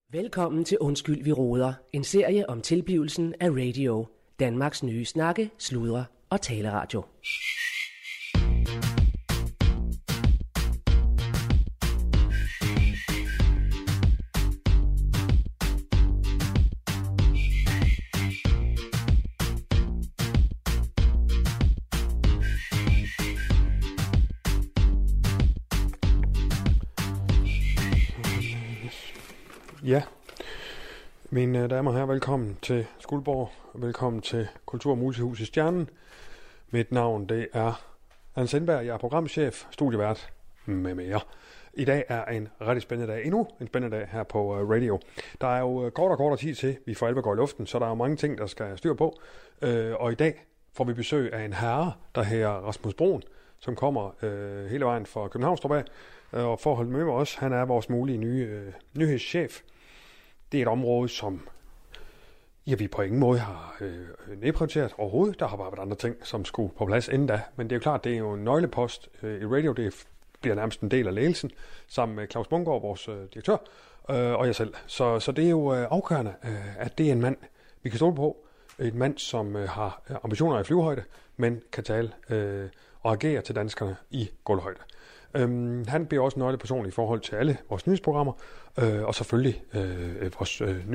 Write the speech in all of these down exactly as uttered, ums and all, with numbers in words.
Velkommen til Undskyld, vi roder. En serie om tilblivelsen af radio. Danmarks nye snakke, sludre og taleradio. Ja, mine damer og herrer, velkommen til Skuldborg. Velkommen til Kultur- og Musikhuset Stjernen. Mit navn, det er Hans Sindberg. Jeg er programchef, studievært med mere. I dag er en rigtig spændende dag. Endnu en spændende dag her på radio. Der er jo kort og kort og tid til, vi for alvor går i luften, så der er jo mange ting, der skal styr på. Og i dag får vi besøg af en herre, der hedder Rasmus Bruun, som kommer hele vejen fra Københavnstrup af. Og for at holde med os, han er vores mulige nye øh, nyhedschef. Det er et område, som ja, vi på ingen måde har øh, nedprioriteret overhovedet. Der har bare været andre ting, som skulle på plads inden da. Men det er jo klart, det er jo en nøglepost øh, i radio. Det bliver nærmest en del af ledelsen, sammen med Claus Bungård, vores øh, direktør, øh, og jeg selv. Så, så det er jo øh, afgørende, øh, at det er en mand, vi kan stole på. En mand, som øh, har ambitioner i flyvehøjde, men kan tale øh, og agere til danskerne i gulvhøjde. Øhm, han bliver også en nøgleperson i forhold til alle vores nyhedsprogrammer, øh, og selvfølgelig øh, vores øh,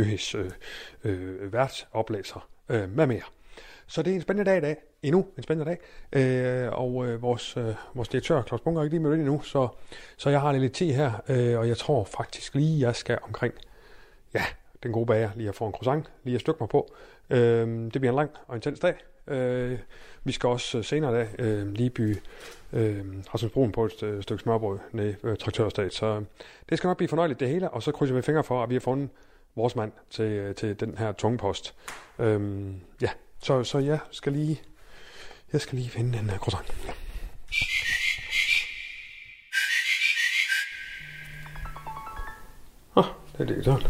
nyhedsværtsoplæser øh, øh, med mere. Så det er en spændende dag i dag. Endnu en spændende dag. Øh, og øh, vores, øh, vores direktør, Claus Bungård, er ikke lige mødt ind endnu, så, så jeg har lidt tid her, øh, og jeg tror faktisk lige, jeg skal omkring, ja, den gode bager, lige at få en croissant, lige at stykke mig på. Øh, det bliver en lang og intens dag. Øh, vi skal også senere dag øh, lige bygge øh, Rasmus Bruun på et øh, stykke smørbrød nede ved Traktørstat. Så det skal nok blive fornøjeligt det hele, og så krydser vi fingre for, at vi har fundet vores mand til, til den her tunge post. Øh, ja, så, så jeg skal lige jeg skal lige finde den her croissant. Åh, oh, det er digitalt.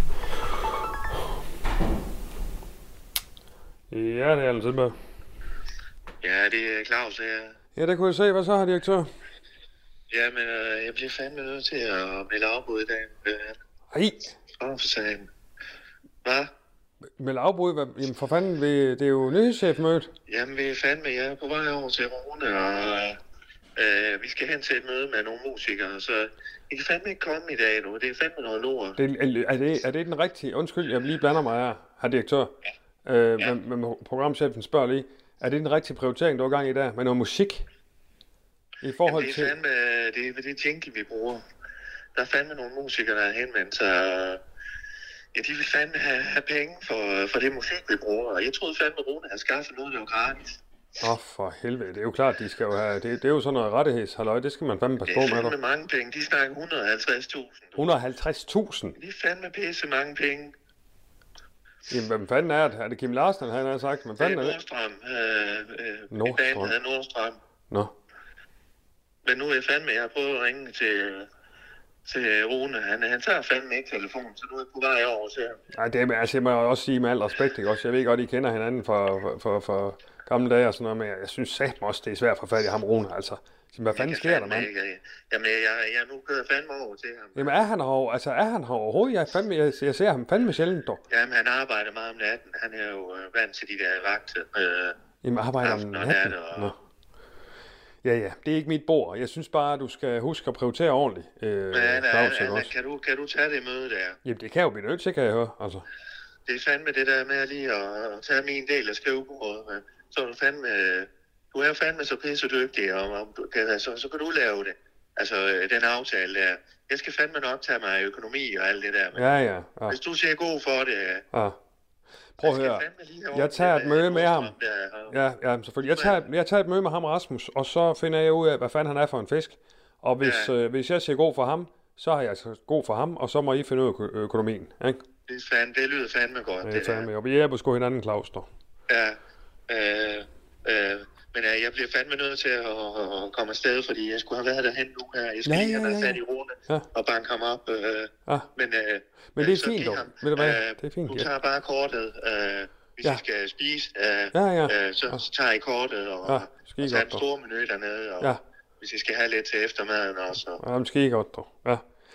Ja, det er Allan Sindberg. Ja, det er Claus her. Ja, det kunne jeg se. Hvad så, har direktør? Jamen, øh, jeg bliver fandme nødt til at melde afbud i dag. Ej. Åh, for sagen. Hvad? Melde afbud? Hvad? Jamen for fanden, det er jo nyhedschefmødet. Jamen, vi er fandme, jeg er på vej over til Rune, og øh, vi skal hen til et møde med nogle musikere, så I kan fandme ikke komme i dag nu. Det er fandme noget lort. Det, er, det, er det den rigtige? Undskyld, jeg lige blander mig her, herr direktør. Ja. Øh, ja. Men, men programchefen spørger lige, er det den rigtige prioritering, du er gang i der, med noget musik? I forhold Jamen, det er fandme, til... det er det jingle, vi bruger. Der er fandme nogle musikere, der har henvendt sig. Ja, de vil fandme have, have penge for, for det musik, vi bruger. Og jeg troede fandme, at Rune havde skaffet noget, der var gratis. Åh, oh, for helvede. Det er jo klart, de skal jo have... Det, det er jo sådan noget rettighedshalløj. Det skal man fandme passe på med. Det er fandme mange penge. De snakker et hundrede og halvtreds tusind. et hundrede og halvtreds tusind? Det er fandme pisse mange penge. Jamen, hvem fanden er det? Er det Kim Larsen, han har sagt? Hvem fanden det er det? Nordstrøm. Øh, øh, Nordstrøm. Min band hedder Nordstrøm. Nå. Men nu er jeg fandme, jeg har prøvet at ringe til, til Rune. Han, han tager fandme ikke telefonen, så nu er jeg på vej over til ham. Nej, det er, altså, jeg må også sige med al respekt, ikke også? Jeg ved godt, I kender hinanden for, for, for, for gamle dage og sådan noget, men jeg, jeg synes satme også, det er svært at få fat i ham, Rune, altså. Så, hvad fanden sker der, mand? Jamen, jeg, jeg, jeg nu kører fandme over til ham. Jamen, er han her, altså, er han her overhovedet? Jeg, fandme, jeg, jeg ser ham fandme sjældent, dog. Jamen, han arbejder meget om natten. Han er jo øh, vant til de der vagter. Øh, Jamen, arbejder om natten? Og... Nå. Ja, ja, det er ikke mit bord. Jeg synes bare, at du skal huske at prioritere ordentligt. Øh, men Anna, Claus, Anna, kan, du, kan du tage det møde der? Jamen, det kan jo blive nødt til, kan jeg høre, altså. Det er fandme det der med lige at tage min del af skrivebordet, men så er du fandme... Du er jo fandme så pisse dygtig, og om du kan, så, så kan du lave det. Altså, den aftale der. Jeg skal fandme nok tage mig af økonomi og alt det der. Men ja, ja, ja. Hvis du ser god for det... Ja. Prøv at høre. Jeg tager et møde med ham. Ja, ja, selvfølgelig. Jeg tager, jeg tager et møde med ham, Rasmus, og så finder jeg ud af, hvad fanden han er for en fisk. Og hvis, ja. øh, hvis jeg siger god for ham, så har jeg altså god for ham, og så må I finde ud af økonomien, ikke? Det, fandme, det lyder fandme godt, ja, det fandme. Der. Og vi hjælper sgu hinanden, Claus, dog. Ja, øh, øh, men øh, jeg bliver fandme nødt til at, at komme afsted, fordi jeg skulle have været derhen nu her. Jeg skal ja, lige have ja, ja, ja. fat i Rune ja. og banke ham op. Øh, ja. Men, øh, men det er fint, dog. Ved du hvad? Øh, det er fint, du ja. tager bare kortet, øh, hvis ja. I skal spise, øh, ja, ja. Øh, så, ja. så tager I kortet og, ja, og tager en stor menu dernede. Og, ja. Hvis I skal have lidt til eftermaden også. Ja, måske godt, dog. Ja.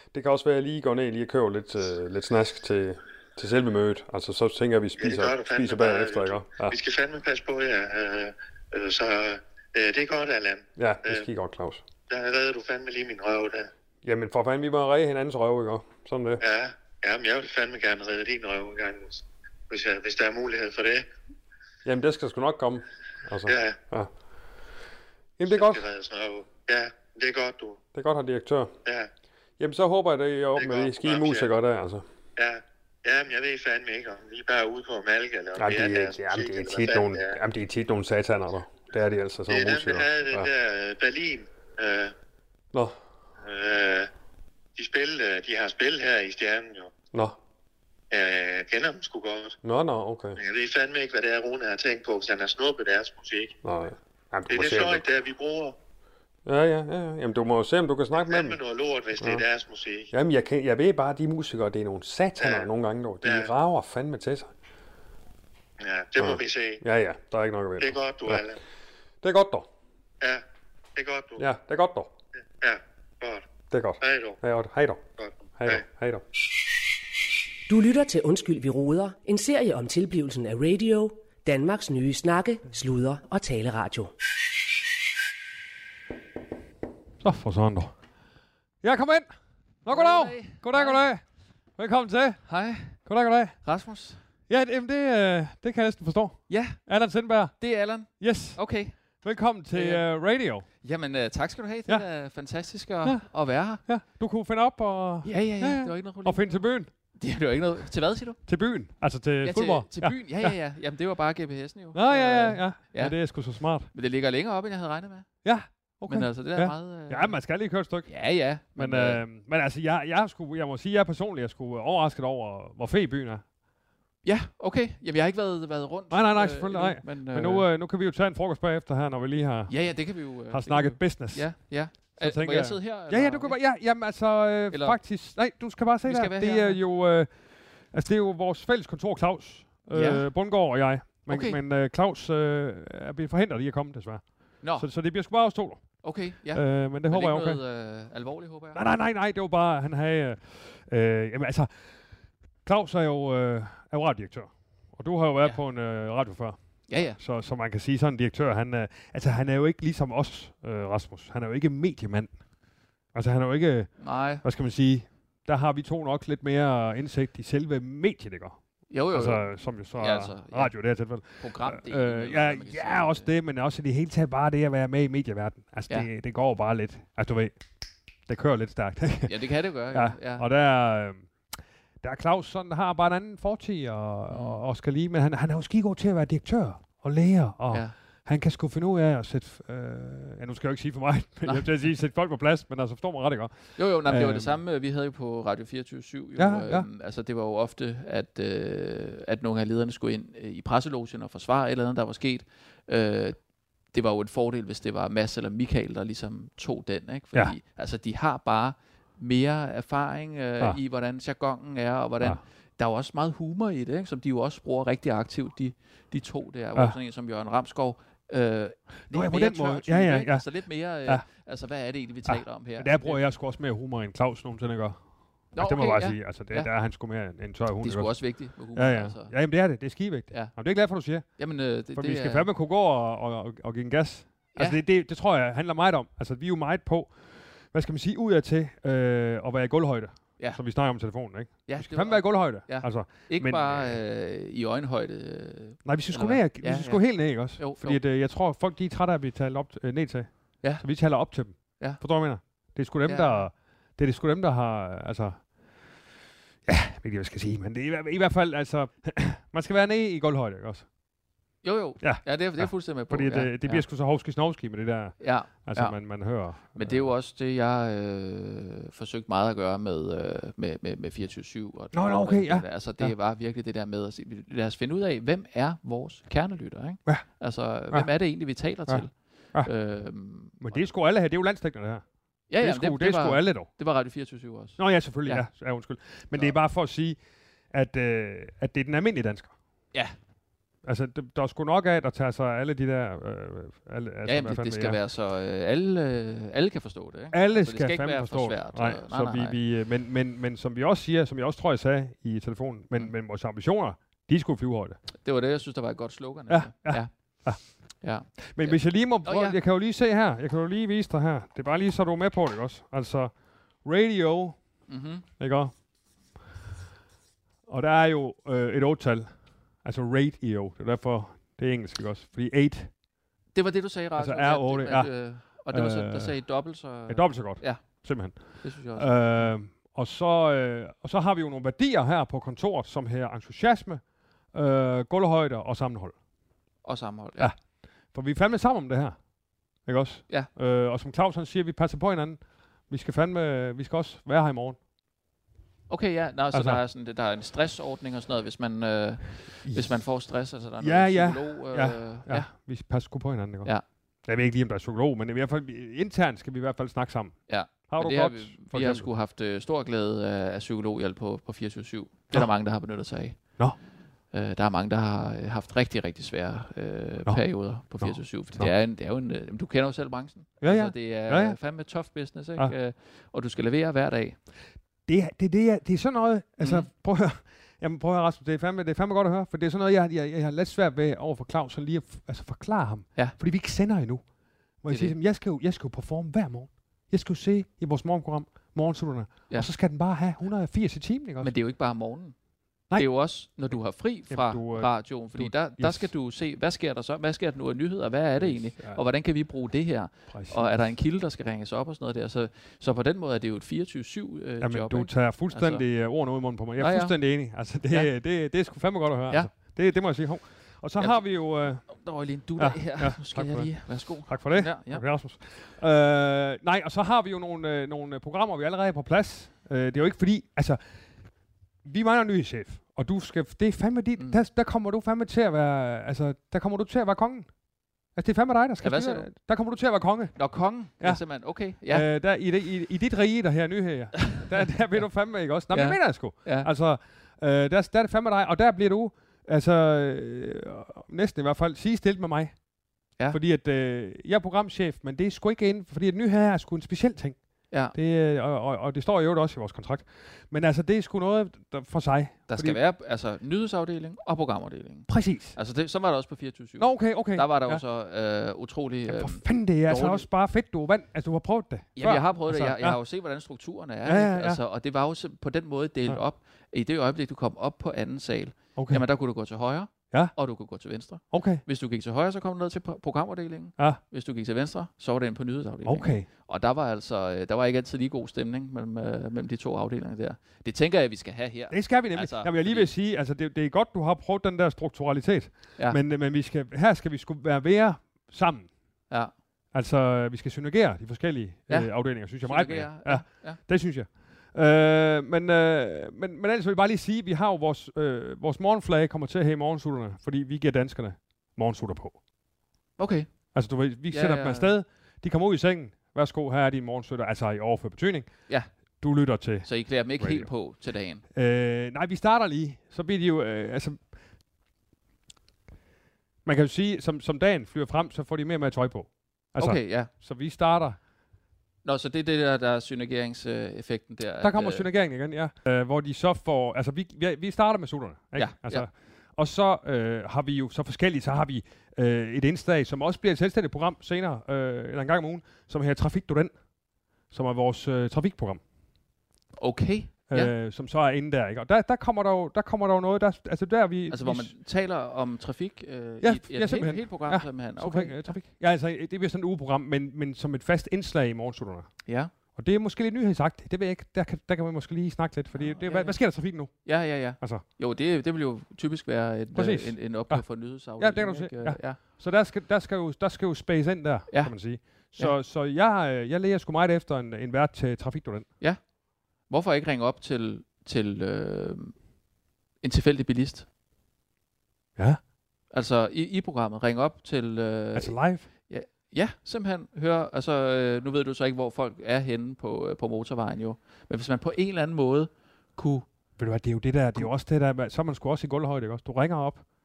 det kan også være, at jeg lige går ned lige og køber lidt, øh, lidt snask til, til selve mødet. Altså, så tænker jeg, at vi spiser, ja, spiser bagefter, ikke? Ja. Vi skal fandme passe på jer. Øh, øh, så øh, det er godt, Allan. Ja, det skal øh, godt, Claus. Der redder du fandme lige min røv, der. Jamen, for fanden, vi må redde hinandens røv, ikke? Sådan det. Ja, ja, men jeg vil fandme gerne redde din røv en gang, hvis, jeg, hvis der er mulighed for det. Jamen, det skal sgu nok komme. Altså, ja. ja. Jamen, det er godt. Ja, det er godt, du. Det er godt, herr direktør. Ja. Jamen, så håber jeg, at det er op med de skide musikere der, altså. Ja. Jamen, jeg ved fandme ikke, om vi er bare ude på Malke, eller om ja, det er de, deres jamen, musik, det er tit nogle, er. Jamen, det er tit nogle sataner, der. Det er de altså, sådan nogle musikere. Det er dem, der havde den ja. der Berlin. Øh, Nå. Øh, de, spil, de har spillet her i Stjernen, jo. Nå. Jeg kender dem sgu godt. Nå, nå, okay. Men jeg ved fandme ikke, hvad det er, Rune har tænkt på, hvis han har snuppet deres musik. Nej. Jamen, det er det fløjt, der vi bruger. Ja, ja, ja. Jamen, du må jo se, om du kan snakke med dem. Det er noget lort, hvis ja. det er deres musik. Jamen, jeg, kan, jeg ved bare, at de musikere, det er nogle sataner ja. nogle gange, dog. De ja. rager fandme til sig. Ja, det må ja. vi se. Ja, ja. Der er ikke nok at vide. Det er godt, du, ja. Allan. Det er godt, dog. Ja, det er godt, du. Ja, det er godt, dog. Ja, godt. Det er godt. Hej, du. Hej, dog. Hej, dog. Hej, dog. Hej, dog. Du lytter til Undskyld, vi roder. En serie om tilblivelsen af radio. Danmarks nye snakke, sludre og taleradio. Så for sådan dog. Ja, kom ind. Nå, goddag. Goddag, goddag. Velkommen til. Hej. Goddag, goddag. Rasmus. Ja, det, det, øh, det kan jeg næsten forstå. Ja. Allan Sindberg. Det er Allan. Yes. Okay. Velkommen til uh, radio. Jamen, uh, tak skal du have. Det ja. er fantastisk at, ja. at være her. Ja. Du kunne finde op og... Ja, ja, ja. ja, ja. Det var ikke noget problem. Og finde til byen. Det, det var ikke noget... Til hvad, siger du? Til byen. Altså til ja, Fuldborg. Til, til byen. Ja, ja, ja. Jamen, det var bare G P S'en jo. Nå, ja, ja, ja. ja. ja. det er sgu så smart. Men det ligger længere op, end jeg havde regnet med. Ja. Okay. Men altså, det er ja. meget... Uh... Ja, man skal lige køre et stykke. Ja, ja. Men, men, øh, men altså, jeg, jeg, skulle, jeg må sige, jeg personligt er sgu overrasket over, hvor fed byen er. Ja, okay. Jamen, jeg har ikke været, været rundt. Nej, nej, nej, selvfølgelig øh, nej. Men, men nu, øh, nu kan vi jo tage en frokost bagefter her, når vi lige har, ja, ja, det kan vi jo, øh, har snakket vi... business. Ja, ja. Så Æ, må jeg, jeg sidde her? Ja, ja, du kan bare... Ja, jamen altså, øh, eller... faktisk... Nej, du skal bare se der. Det her, er jo... Øh, altså, det er jo vores fælles kontor, Claus øh, ja. Bundgaard og jeg. Men, okay. men øh, Claus øh, er blevet forhindret i at komme, desværre. Nå. Så, så det bliver sgu bare afstoler. Okay, ja. Øh, men det men håber jeg okay. Men noget øh, alvorligt, håber jeg? Nej, nej, nej, nej. Det var bare, han havde... Øh, jamen altså... Claus er jo, øh, er jo radiodirektør. Og du har jo været ja. på en øh, radio før. Ja, ja. Så, så man kan sige, sådan en direktør, han, øh, altså, han er jo ikke ligesom os, øh, Rasmus. Han er jo ikke mediemand. Altså, han er jo ikke... Nej. Hvad skal man sige? Der har vi to nok lidt mere indsigt i selve mediet, ikke? Jo, jo, jo. Altså, som jo så ja, altså, er radio ja. det her tilfælde. Programdelen. Øh, ja, ja, også det, men også i det hele taget bare det at være med i medieverdenen. Altså, ja. det, det går bare lidt. Altså, du ved, det kører lidt stærkt. Ja, det kan det gøre. Ja, ja. Og der... Øh, Der er Claus, sådan, har bare en anden fortid og, mm. og, og skal lige, men han, han er jo skigod til at være direktør og læger, og ja. han kan sgu finde ud af at sætte, øh, ja nu skal jeg jo ikke sige for mig, men jeg vil sige, sætte folk på plads, men altså forstår mig ret, ikke? Jo, jo, nej, det var det samme, vi havde jo på Radio fireogtyve syv, jo, ja, ja. Øhm, altså det var jo ofte, at, øh, at nogle af lederne skulle ind øh, i presselogen og forsvare et eller andet, der var sket. Øh, det var jo en fordel, hvis det var Mads eller Michael, der ligesom tog den, ikke? Fordi ja. altså, de har bare mere erfaring øh, ja. i, hvordan jargonen er, og hvordan... Ja. Der er jo også meget humor i det, ikke? Som de jo også bruger rigtig aktivt, de, de to der. Ja. Hvor sådan en som Jørgen Ramskov. Øh, Nå, ja, på den måde. Ja, ja, ja. Altså lidt mere... Øh, ja. Altså, hvad er det egentlig, vi ja. taler om her? Men der bruger jeg sgu også mere humor end Claus nogensinde gør. Nå, altså, det må okay, jeg bare ja. sige. Altså, det, ja. der er han sgu mere en tør humor. Det er sgu også vigtigt med humor. Ja, ja. Altså. Ja, jamen, det er det. Det er skivigt. Ja. Jamen, det er glad for, du siger. Jamen, øh, det, for det vi skal er... fandme kunne gå og, og, og, og give en gas. Ja. Altså, det, det, det tror jeg handler meget om. Altså, vi er jo meget på, hvad skal man sige, ud af til øh, at være i gulvhøjde. Ja. Som vi snakker om telefonen, ikke? Ja, vi skal fandme være i gulvhøjde. Ja. Altså, ikke men, bare øh, i øjenhøjde. Øh, nej, vi skal sgu ned, vi ja, skal ja. helt ned, ikke også? Jo, fordi at, øh, jeg tror, folk de er trætte af at blive talt op, øh, ned til. Ja. Så vi taler op til dem. Ja. Forstår du, hvad jeg mener? Det er sgu dem, ja. der... Det er det sgu dem, der har... Altså... Ja, jeg ved ikke, hvad jeg skal sige, men det er i, i hvert fald, altså... man skal være nede i gulvhøjde, ikke også? Jo, jo. Ja, ja det er, det er fuldstændig med på. Fordi det, ja, det bliver ja. sgu så hovski-snovski med det der, ja, altså ja. Man, man hører. Men det er jo også det, jeg øh, forsøgte meget at gøre med, øh, med, med, med fireogtyve syv. Og Nå, no, okay, ja. Altså det ja. var virkelig det der med at sige, lad os finde ud af, hvem er vores kernelytter, ikke? Ja. Altså, ja. hvem er det egentlig, vi taler ja. til? Ja. Øhm, Men det er sgu alle her, det er jo landstækkende det her. Ja, ja, det er sgu, det, det, det, det er var, sgu alle dog. Det var Radio fireogtyve syv også. Nå ja, selvfølgelig, ja, ja, ja undskyld. Men så. Det er bare for at sige, at, øh, at det er den almindelige dansker. Ja. Altså, det, der er sgu nok af, der tager sig alle de der... Øh, alle, altså, ja, jamen, det, det skal være så... Øh, alle, øh, alle kan forstå det, ikke? Alle altså, skal, det skal ikke fandme være forstå for svært. Nej, nej, så nej, vi, nej. vi, men, men, men som vi også siger, som jeg også tror, jeg sagde i telefonen, men, Mm. men vores ambitioner, de skulle flyvehøjde. Det var det, jeg synes, der var et godt slogan. Ja, ja. ja. ja. ja. Men ja. hvis jeg lige må prøve, oh, ja. jeg kan jo lige se her, jeg kan jo lige vise dig her. Det er bare lige, så du er med på det, ikke også? Altså, radio, Mm-hmm. ikke også? Og der er jo øh, et otte-tal. Altså radio, det er derfor, det er engelsk, ikke også? Fordi otte Det var det, du sagde i Altså radioen. R otte, at- ja. at, øh, Og det var så, der Øh, sagde I dobbelt, så... er dobbelt så godt. Ja. Simpelthen. Det synes jeg også. Øh, og, så, øh, og så har vi jo nogle værdier her på kontoret, som her entusiasme, øh, gulvhøjde og sammenhold. Og sammenhold, ja. Ja. For vi er fandme sammen om det her. Ikke også? Ja. Øh, og som Claus han siger, vi passer på hinanden. Vi skal fandme, vi skal også være her i morgen. Okay, ja. Nå, så Altså- der er, sådan, der er en stressordning og sådan noget, hvis man, øh, hvis man får stress. Altså, der er Ja, noget ja. psykolog. Øh, Ja, ja. Ja, vi passer sgu på hinanden, ikke også? Ja. Jeg ved ikke lige, om der er psykolog, men i hvert fald internt skal vi i hvert fald snakke sammen. Ja. Har Men du det har godt, vi, for vi har eksempel? sgu haft øh, stor glæde af, af psykologhjælp på, på fireogtyve syv. Det Nå. er der mange, der har benyttet sig af. Nå. Øh, der er mange, der har øh, haft rigtig, rigtig svære øh, Nå. perioder på Nå. fireogtyve syv. For Nå. det er, en, det er jo en... Øh, du kender jo selv branchen. Ja, ja. Altså, det er Ja, ja. fandme tough business, ikke? Ja. Øh, og du skal levere hver dag. Det, er- det, er det, jeg, det er sådan noget, altså Mhm. prøv at høre, jamen, prøv at høre Rasmus, det er, fandme, det er fandme godt at høre, for det er sådan noget, jeg, jeg, jeg har lidt svært ved over for Claus, sådan lige at f- altså forklare ham, Ja. fordi vi ikke sender endnu. Hvor Det jeg er siger, det. jamen, jeg skal, jo, jeg skal jo performe hver morgen. Jeg skal jo se i vores morgenprogram, morgensutterne, Ja. og så skal den bare have et hundrede og firs i timen, ikke også? Men det er jo ikke bare om morgenen. Nej. Det er jo også, når du har fri fra Jamen, du, øh, radioen, fordi du- der, der yes. skal du se, hvad sker der så? Hvad sker der nu af nyheder? Hvad er det egentlig? Ja, Og hvordan kan vi bruge det her? præcis. Og er der en kilde, der skal ringes op og sådan noget der? Så, så på den måde er det jo et fireogtyve syv øh, Jamen, job, du ikke? tager fuldstændig altså, ordene ud i munden på mig. Jeg er Ja, ja. fuldstændig enig. Altså, det, Ja. det, det, det er sgu fandme godt at høre. Ja. Altså. Det, det må jeg sige. Hov. Og så Jamen, har vi jo... Øh, Der var lige en du Ja, her. ja, Nu skal tak jeg for det. lige... Værsgo. tak for det. Ja, ja. Tak, Rasmus. Øh, nej, og så har vi jo nogle, øh, nogle øh, programmer, vi allerede er på plads. Øh, det er jo ikke fordi... Altså, vi mangler en ny chef, og du skal... Det er fandme dit... Mm. Mm. Der, der kommer du fandme til at være... Altså, der kommer du til at være kongen. Altså, det er fandme dig, der skal... Ja, hvad styre- siger du? Der kommer du til at være konge. Nå, kongen. Ja. Ja. Ja, simpelthen. Okay. Ja. Øh, der, i, det, i, I dit rige, der her nyheder, der, der vil du fandme ikke også. Nå, men Ja. det mener jeg sgu. ja. Altså, øh, der, der er det fandme dig, og der bliver du, altså, øh, næsten i hvert fald, sidestillet med mig. Ja. Fordi at, øh, jeg er programchef, men det er sgu ikke inden, fordi at ny her er sgu en speciel ting. ja. Det, øh, og, og, og det står jo også i vores kontrakt. Men altså, det er sgu noget der, for sig. Der fordi, skal være altså nyhedsafdeling og programafdeling. Præcis. Altså, det, så var der også på fireogtyve syv. Nå, okay, okay. Der var der ja. jo så øh, utrolig... Jamen, Øh, for fanden, det er altså dårligt. også bare fedt, du er vant. Altså, du har prøvet det. Jamen, jeg har prøvet det. altså, Jeg, jeg har jo set, hvordan strukturerne er. Ja, ja, ikke? ja. Altså, og det var jo sim- på den måde delt Ja. op. I det øjeblik, du kom op på anden sal, Okay, jamen der kunne du gå til højre, Ja. og du kunne gå til venstre. okay, Hvis du gik til højre, så kom du ned til pro- programafdelingen. ja, Hvis du gik til venstre, så var det ind på nyhedsafdelingen. okay. Og der var altså øh, der var ikke altid lige god stemning mellem, øh, mellem de to afdelinger der. Det tænker jeg, vi skal have her. Det skal vi nemlig. Altså, Altså, Jamen, jeg lige fordi- vil sige, altså det, det er godt, du har prøvet den der strukturalitet. Ja. Men, men vi skal, her skal vi sgu være mere sammen. Ja. Altså, vi skal synergere de forskellige Ja. øh, afdelinger, synes jeg meget Synergere, mere. Ja, ja. det synes jeg. Øh, men, øh, men, men ellers vil jeg bare lige sige, at vi har jo vores, øh, vores morgenflag kommer til at have morgensutterne, fordi vi giver danskerne morgensutter på. Okay. Altså, du ved, vi Ja, sætter ja, dem ja. afsted, de kommer ud i sengen, værsgo, her er dine morgensutter, altså i overført betydning. Ja. Du lytter til. Så I klæder dem ikke Radio. helt på til dagen. Øh, nej, vi starter lige. Så bliver de jo, øh, altså... Man kan jo sige, som, som dagen flyver frem, så får de mere og mere tøj på. Altså, Okay, ja. Så vi starter... Nå, så det er det der, der er synergeringseffekten der. Der kommer at, øh, synergeringen igen, ja. Øh, hvor de så får... Altså, vi, vi, vi starter med sutterne, ikke? Ja, altså, ja. Og så øh, har vi jo så forskellige, så har vi øh, et indslag, som også bliver et selvstændigt program senere, øh, eller en gang om ugen, som hedder Trafik du den, som er vores øh, trafikprogram. Okay. Ja. Øh, som så er inde der, ikke? Og der, der, kommer der, jo, der kommer der jo noget, der, altså der er vi... Altså, vi hvor man taler om trafik øh, Ja, i et, ja, et helt, simpelthen. helt program, Ja, simpelthen. Okay. Okay. Trafik. Ja, altså, det bliver sådan et ugeprogram, men, men som et fast indslag i morgensutterne. Ja. Og det er måske lidt nyhedsagt. Det ved jeg ikke. Der kan, der kan man måske lige snakke lidt, fordi Nå, det, ja, hvad, ja. hvad sker der i trafikken nu? Ja, ja, ja. Altså, Jo, det, det vil jo typisk være et, Præcis. øh, en, en opgave Ja. for nyhedsafdelingen. Ja, det kan du se. ikke? Øh, Ja. ja. så der skal, der skal jo, der skal jo space ind der, Ja. kan man sige. Så, Ja. så jeg, øh, jeg læger sgu meget efter en, en vært til Trafik du den. Hvorfor ikke ringe op til, til øh, en tilfældig bilist? Ja. Altså i, i programmet, ring op til... Øh, Altså live. Ja, simpelthen høre, altså øh, nu ved du så ikke, hvor folk er henne på, øh, på motorvejen jo, men hvis man på en eller anden måde kunne... Ved du hvad, det er jo det der, det er jo også det der, med- så er man sgu også i gulvhøjde, ikke også? Du ringer op,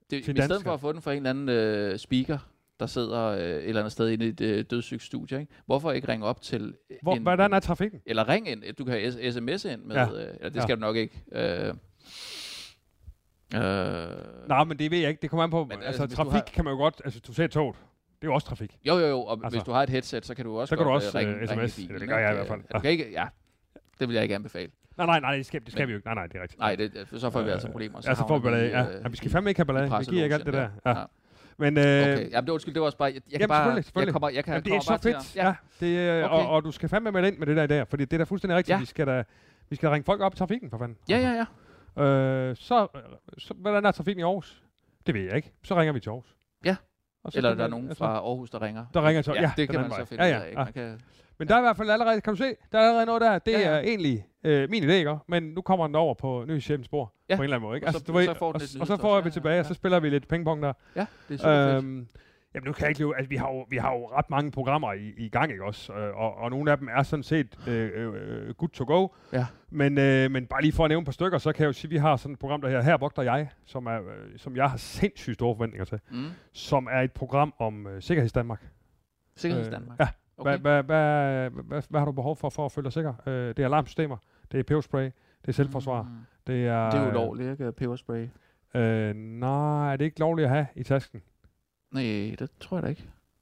det, i stedet for at få den fra en eller anden øh, speaker, der sidder øh, et eller andet sted inde i et øh, dødssygsstudie, ikke? Hvorfor ikke ringe op til Hvor, en... Hvordan er trafikken? Eller ring ind. Du kan have sms ind med... Ja. Øh, eller det skal ja. du nok ikke. Øh, øh, Nej, men det ved jeg ikke. Det kommer an på... Men, altså, altså trafik har... kan man jo godt... Altså, du ser toget. Det er jo også trafik. Jo, jo, jo. Og altså, hvis du har et headset, så kan du også så kan godt du også, ringe, uh, ringe sms. Bilen, det gør jeg i hvert fald. Ja. Du kan ikke, ja, det vil jeg ikke anbefale. Nej, nej, nej, det skal, det skal men, vi jo ikke. Nej, nej, det er rigtigt. Nej, det, så får vi altså problemer. Så ja, så får vi ballade. Ja. ja, vi skal fandme ikke have ballade. Vi giver ikke alt det der. Ja. Ja. Men, øh, okay, jamen det undskyld, det var også bare... Jeg, jeg jamen, kan bare... Selvfølgelig, selvfølgelig. Jeg kommer, jeg kan, jamen, det er så fedt. Ja. Ja, det, okay. og, og du skal fandme med ind med det der i dag, fordi det er da fuldstændig rigtigt. Ja. Vi skal da vi skal ringe folk op i trafikken, for fanden. Ja, ja, ja. Øh, så, så, hvordan er trafikken i Aarhus? Det ved jeg ikke. Så ringer vi til Aarhus. Ja. Eller der er nogen fra Aarhus, der ringer. Der ringer til ja, ja, det kan man så finde ja, ja, ud af. Ikke? Man kan Men der er i hvert fald allerede, kan du se, der er allerede noget der, det ja, ja. er egentlig øh, min idé, ikke? Men nu kommer den over på ny chefens bord, ja. på en eller anden måde, ikke? Altså, og så, du ved, så får og, og så får jeg vi tilbage, ja, ja. og så spiller vi lidt pingpong der. Ja, det er super øhm, fedt. Jamen nu kan jeg ikke leve, altså vi har jo, vi har jo ret mange programmer i, i gang, ikke også? Øh, og, og nogle af dem er sådan set øh, øh, good to go. Ja. Men, øh, men bare lige for at nævne et par stykker, så kan jeg jo sige, at vi har sådan et program, der her, Her vogter jeg, som, er, øh, som jeg har sindssygt store forventninger til. Mm. Som er et program om øh, Sikkerhedsdanmark. Sikkerhedsdanmark? Øh, ja. Okay. Hvad hva, hva, hva, hva har du behov for for at føle dig sikker? Øh, det er alarmsystemer, det er peberspray, det er selvforsvar. Mm. Det er, det er ulovligt, ikke? Peberspray. Øh, nej, er det ikke lovligt at have i tasken? Nej, det tror jeg da ikke.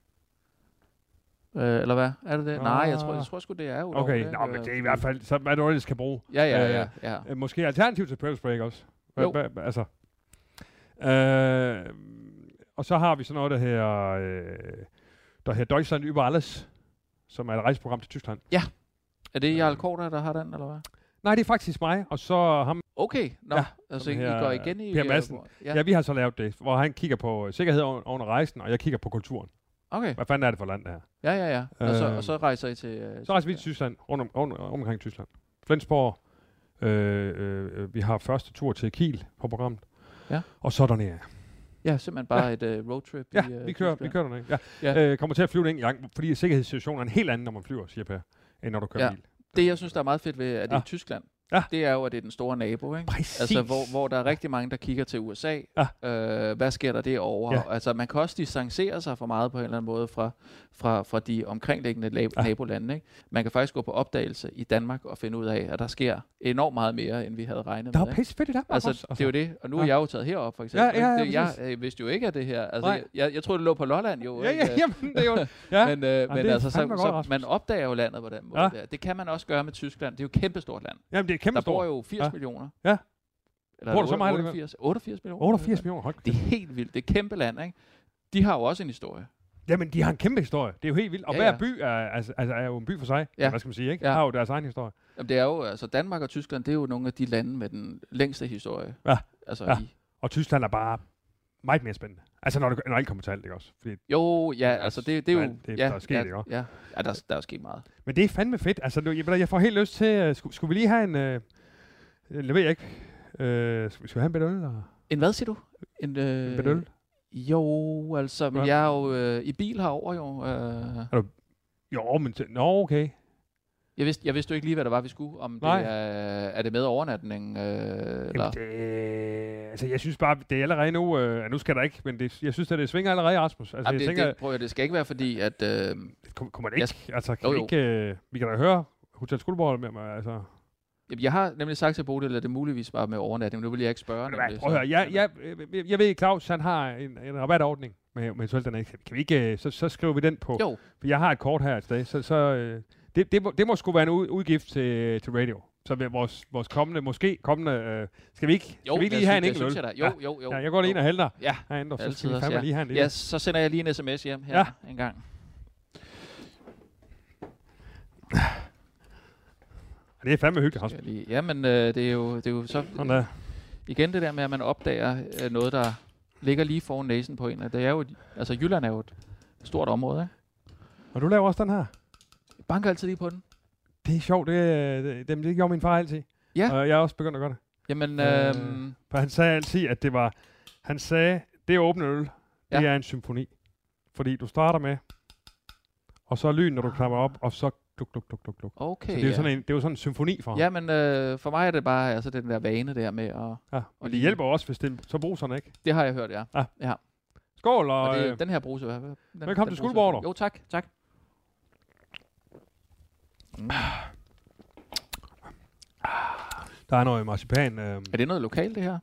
Øh, eller hvad? Er det det? Ah. Nej, jeg tror, jeg tror sgu, det er ulovligt. Okay, nå, men det er i hvert fald, så hvad er det, det skal bruge? Ja, ja, ja. ja. Øh, måske alternativ til peberspray også? Jo. Hva, hva, altså. Øh, og så har vi sådan noget, der her, øh, der her Deutschland über alles, som er et rejseprogram til Tyskland. Ja. Er det Jarl Korter, der har den, eller hvad? Nej, det er faktisk mig, og så ham... Okay, nå, ja, altså I går igen i... Per Madsen. Ja. ja, vi har så lavet det, hvor han kigger på sikkerhed under rejsen, og jeg kigger på kulturen. Okay. Hvad fanden er det for land, det her? Ja, ja, ja. Og, øh, så, og så rejser I til... Uh, så rejser vi til Tyskland, rundt, om, rundt, rundt omkring Tyskland. Flensborg, øh, øh, vi har første tur til Kiel på programmet, ja. Og så dernede. Ja, simpelthen bare ja. et uh, roadtrip ja, i uh, vi kører, vi kører dernede. Ja. Ja. Øh, kommer til at flyve en gang, fordi sikkerhedssituationen er en helt anden, når man flyver, siger Per, end når du kører ja. bil. Det, jeg synes, der er meget fedt ved, at det er ja. Tyskland. Ja. Det er jo, at det er den store nabo, ikke? Præcis. Altså, hvor, hvor der er rigtig mange, der kigger til U S A. Ja. Øh, hvad sker der derovre? Ja. Altså, man kan også distancere sig for meget på en eller anden måde fra, fra, fra de omkringliggende lab- ja. nabolande, ikke? Man kan faktisk gå på opdagelse i Danmark og finde ud af, at der sker enormt meget mere, end vi havde regnet der med. Der er pisse fedt i Danmark altså, også. Det er jo det. Og nu ja. er jeg jo taget herop, for eksempel. Ja, ja, ja, det, jeg øh, vidste jo ikke, at det her... Altså, jeg, jeg, jeg troede, det lå på Lolland, jo. Ja, ja, jamen, det er jo... Ja. men øh, men altså, så, så man opdager jo landet på den måde. Ja. Der. Det kan man også gøre med Tyskland. Det er jo et kæmpestort land. Jamen, det er kæmpestort. Der bor jo firs ja. millioner. Ja. Eller bor der så meget? otteogfirs, otteogfirs millioner. otteogfirs millioner, hold. Det er helt vildt. Det er et kæmpe land, ikke? De har jo også en historie. Jamen, de har en kæmpe historie. Det er jo helt vildt. Og ja, hver ja. by er, altså, altså, er jo en by for sig. Ja. Hvad skal man sige, ikke? Ja. Har jo deres egen historie. Jamen, det er jo, altså Danmark og Tyskland, det er jo nogle af de lande med den længste historie. Ja. Altså, ja. I og Tyskland er bare meget mere spændende. Altså, når, det, når alt kommer til alt, ikke også? Fordi jo, ja, altså, det, det er jo... Det, ja, der er sket, ja, ikke også? Ja, ja der, der er sket meget. Men det er fandme fedt. Altså, nu, jeg, jeg får helt lyst til... Uh, skulle, skulle vi lige have en... Uh, det ved jeg ikke. Uh, skal vi have en bedøl, eller? En hvad, siger du? En, øh, en bedøl? Jo, altså, men ja. jeg er jo øh, i bil herover jo. Øh. Er du, jo, men... T- Nå, okay. Jeg vidste, jeg vidste jo ikke lige, hvad der var, vi skulle. Om det er, er det med overnatning? Øh, eller? Det, altså, jeg synes bare, det er allerede nu... Øh, nu skal der ikke, men det, jeg synes, at det svinger allerede, Rasmus. Altså, jamen, jeg det, tænker, det, prøv at, det skal ikke være fordi, at... Øh, kommer det ikke? Jeg, altså, kan jo, vi ikke... Øh, vi kan da høre Hotel Skuldborg med mig, altså... Jeg har nemlig sagt til Bodil, at det muligvis bare med overnatning, men nu vil jeg ikke spørge. Nemlig, prøv at høre, jeg, jeg, jeg, jeg ved, Claus, han har en, en rabatordning med, med Sølvderne. Kan vi ikke, så, så skriver vi den på. Jo. For jeg har et kort her et sted, så, så det, det, må, det må sgu være en udgift til, til radio. Så vores, vores kommende, måske kommende, øh, skal vi ikke, jo, skal vi ikke lige have en enkelt øl? Jo, jo, jo. Ja, jeg går lige ind og hælder. Ja, herinde, så skal vi fandme ja. lige have en lille. Ja, så sender jeg lige en sms hjem her ja. en gang. Det er fandme hyggeligt, Rasmus. Ja, men øh, det, er jo, det er jo så... Øh, igen det der med, at man opdager øh, noget, der ligger lige foran næsen på en. Det er jo, altså Jylland er jo et stort område, ikke? Og du laver også den her? Jeg banker altid lige på den. Det er sjovt, det, det, det, det gjorde min far altid. Ja. Og jeg er også begyndt at gøre det. Jamen... Øh, øh, for han sagde altid, at det var... Han sagde, det åbne øl, ja. det er en symfoni. Fordi du starter med, og så er lyn, når du knapper op, og så duk, duk, duk, duk, duk. Okay, så det er, ja. sådan en, det er jo sådan en symfoni for ham. Ja, men øh, for mig er det bare altså, den der vane der med at... Ja, og det hjælper også, hvis det så bruserne, ikke? Det har jeg hørt, ja. Ja. ja. Skål, og... og det, øh, den her bruse... Den, velkommen den til Skuldborg. Jo, tak, tak. Mm. Der er noget marcipan. Øh, Er det noget lokalt, det her?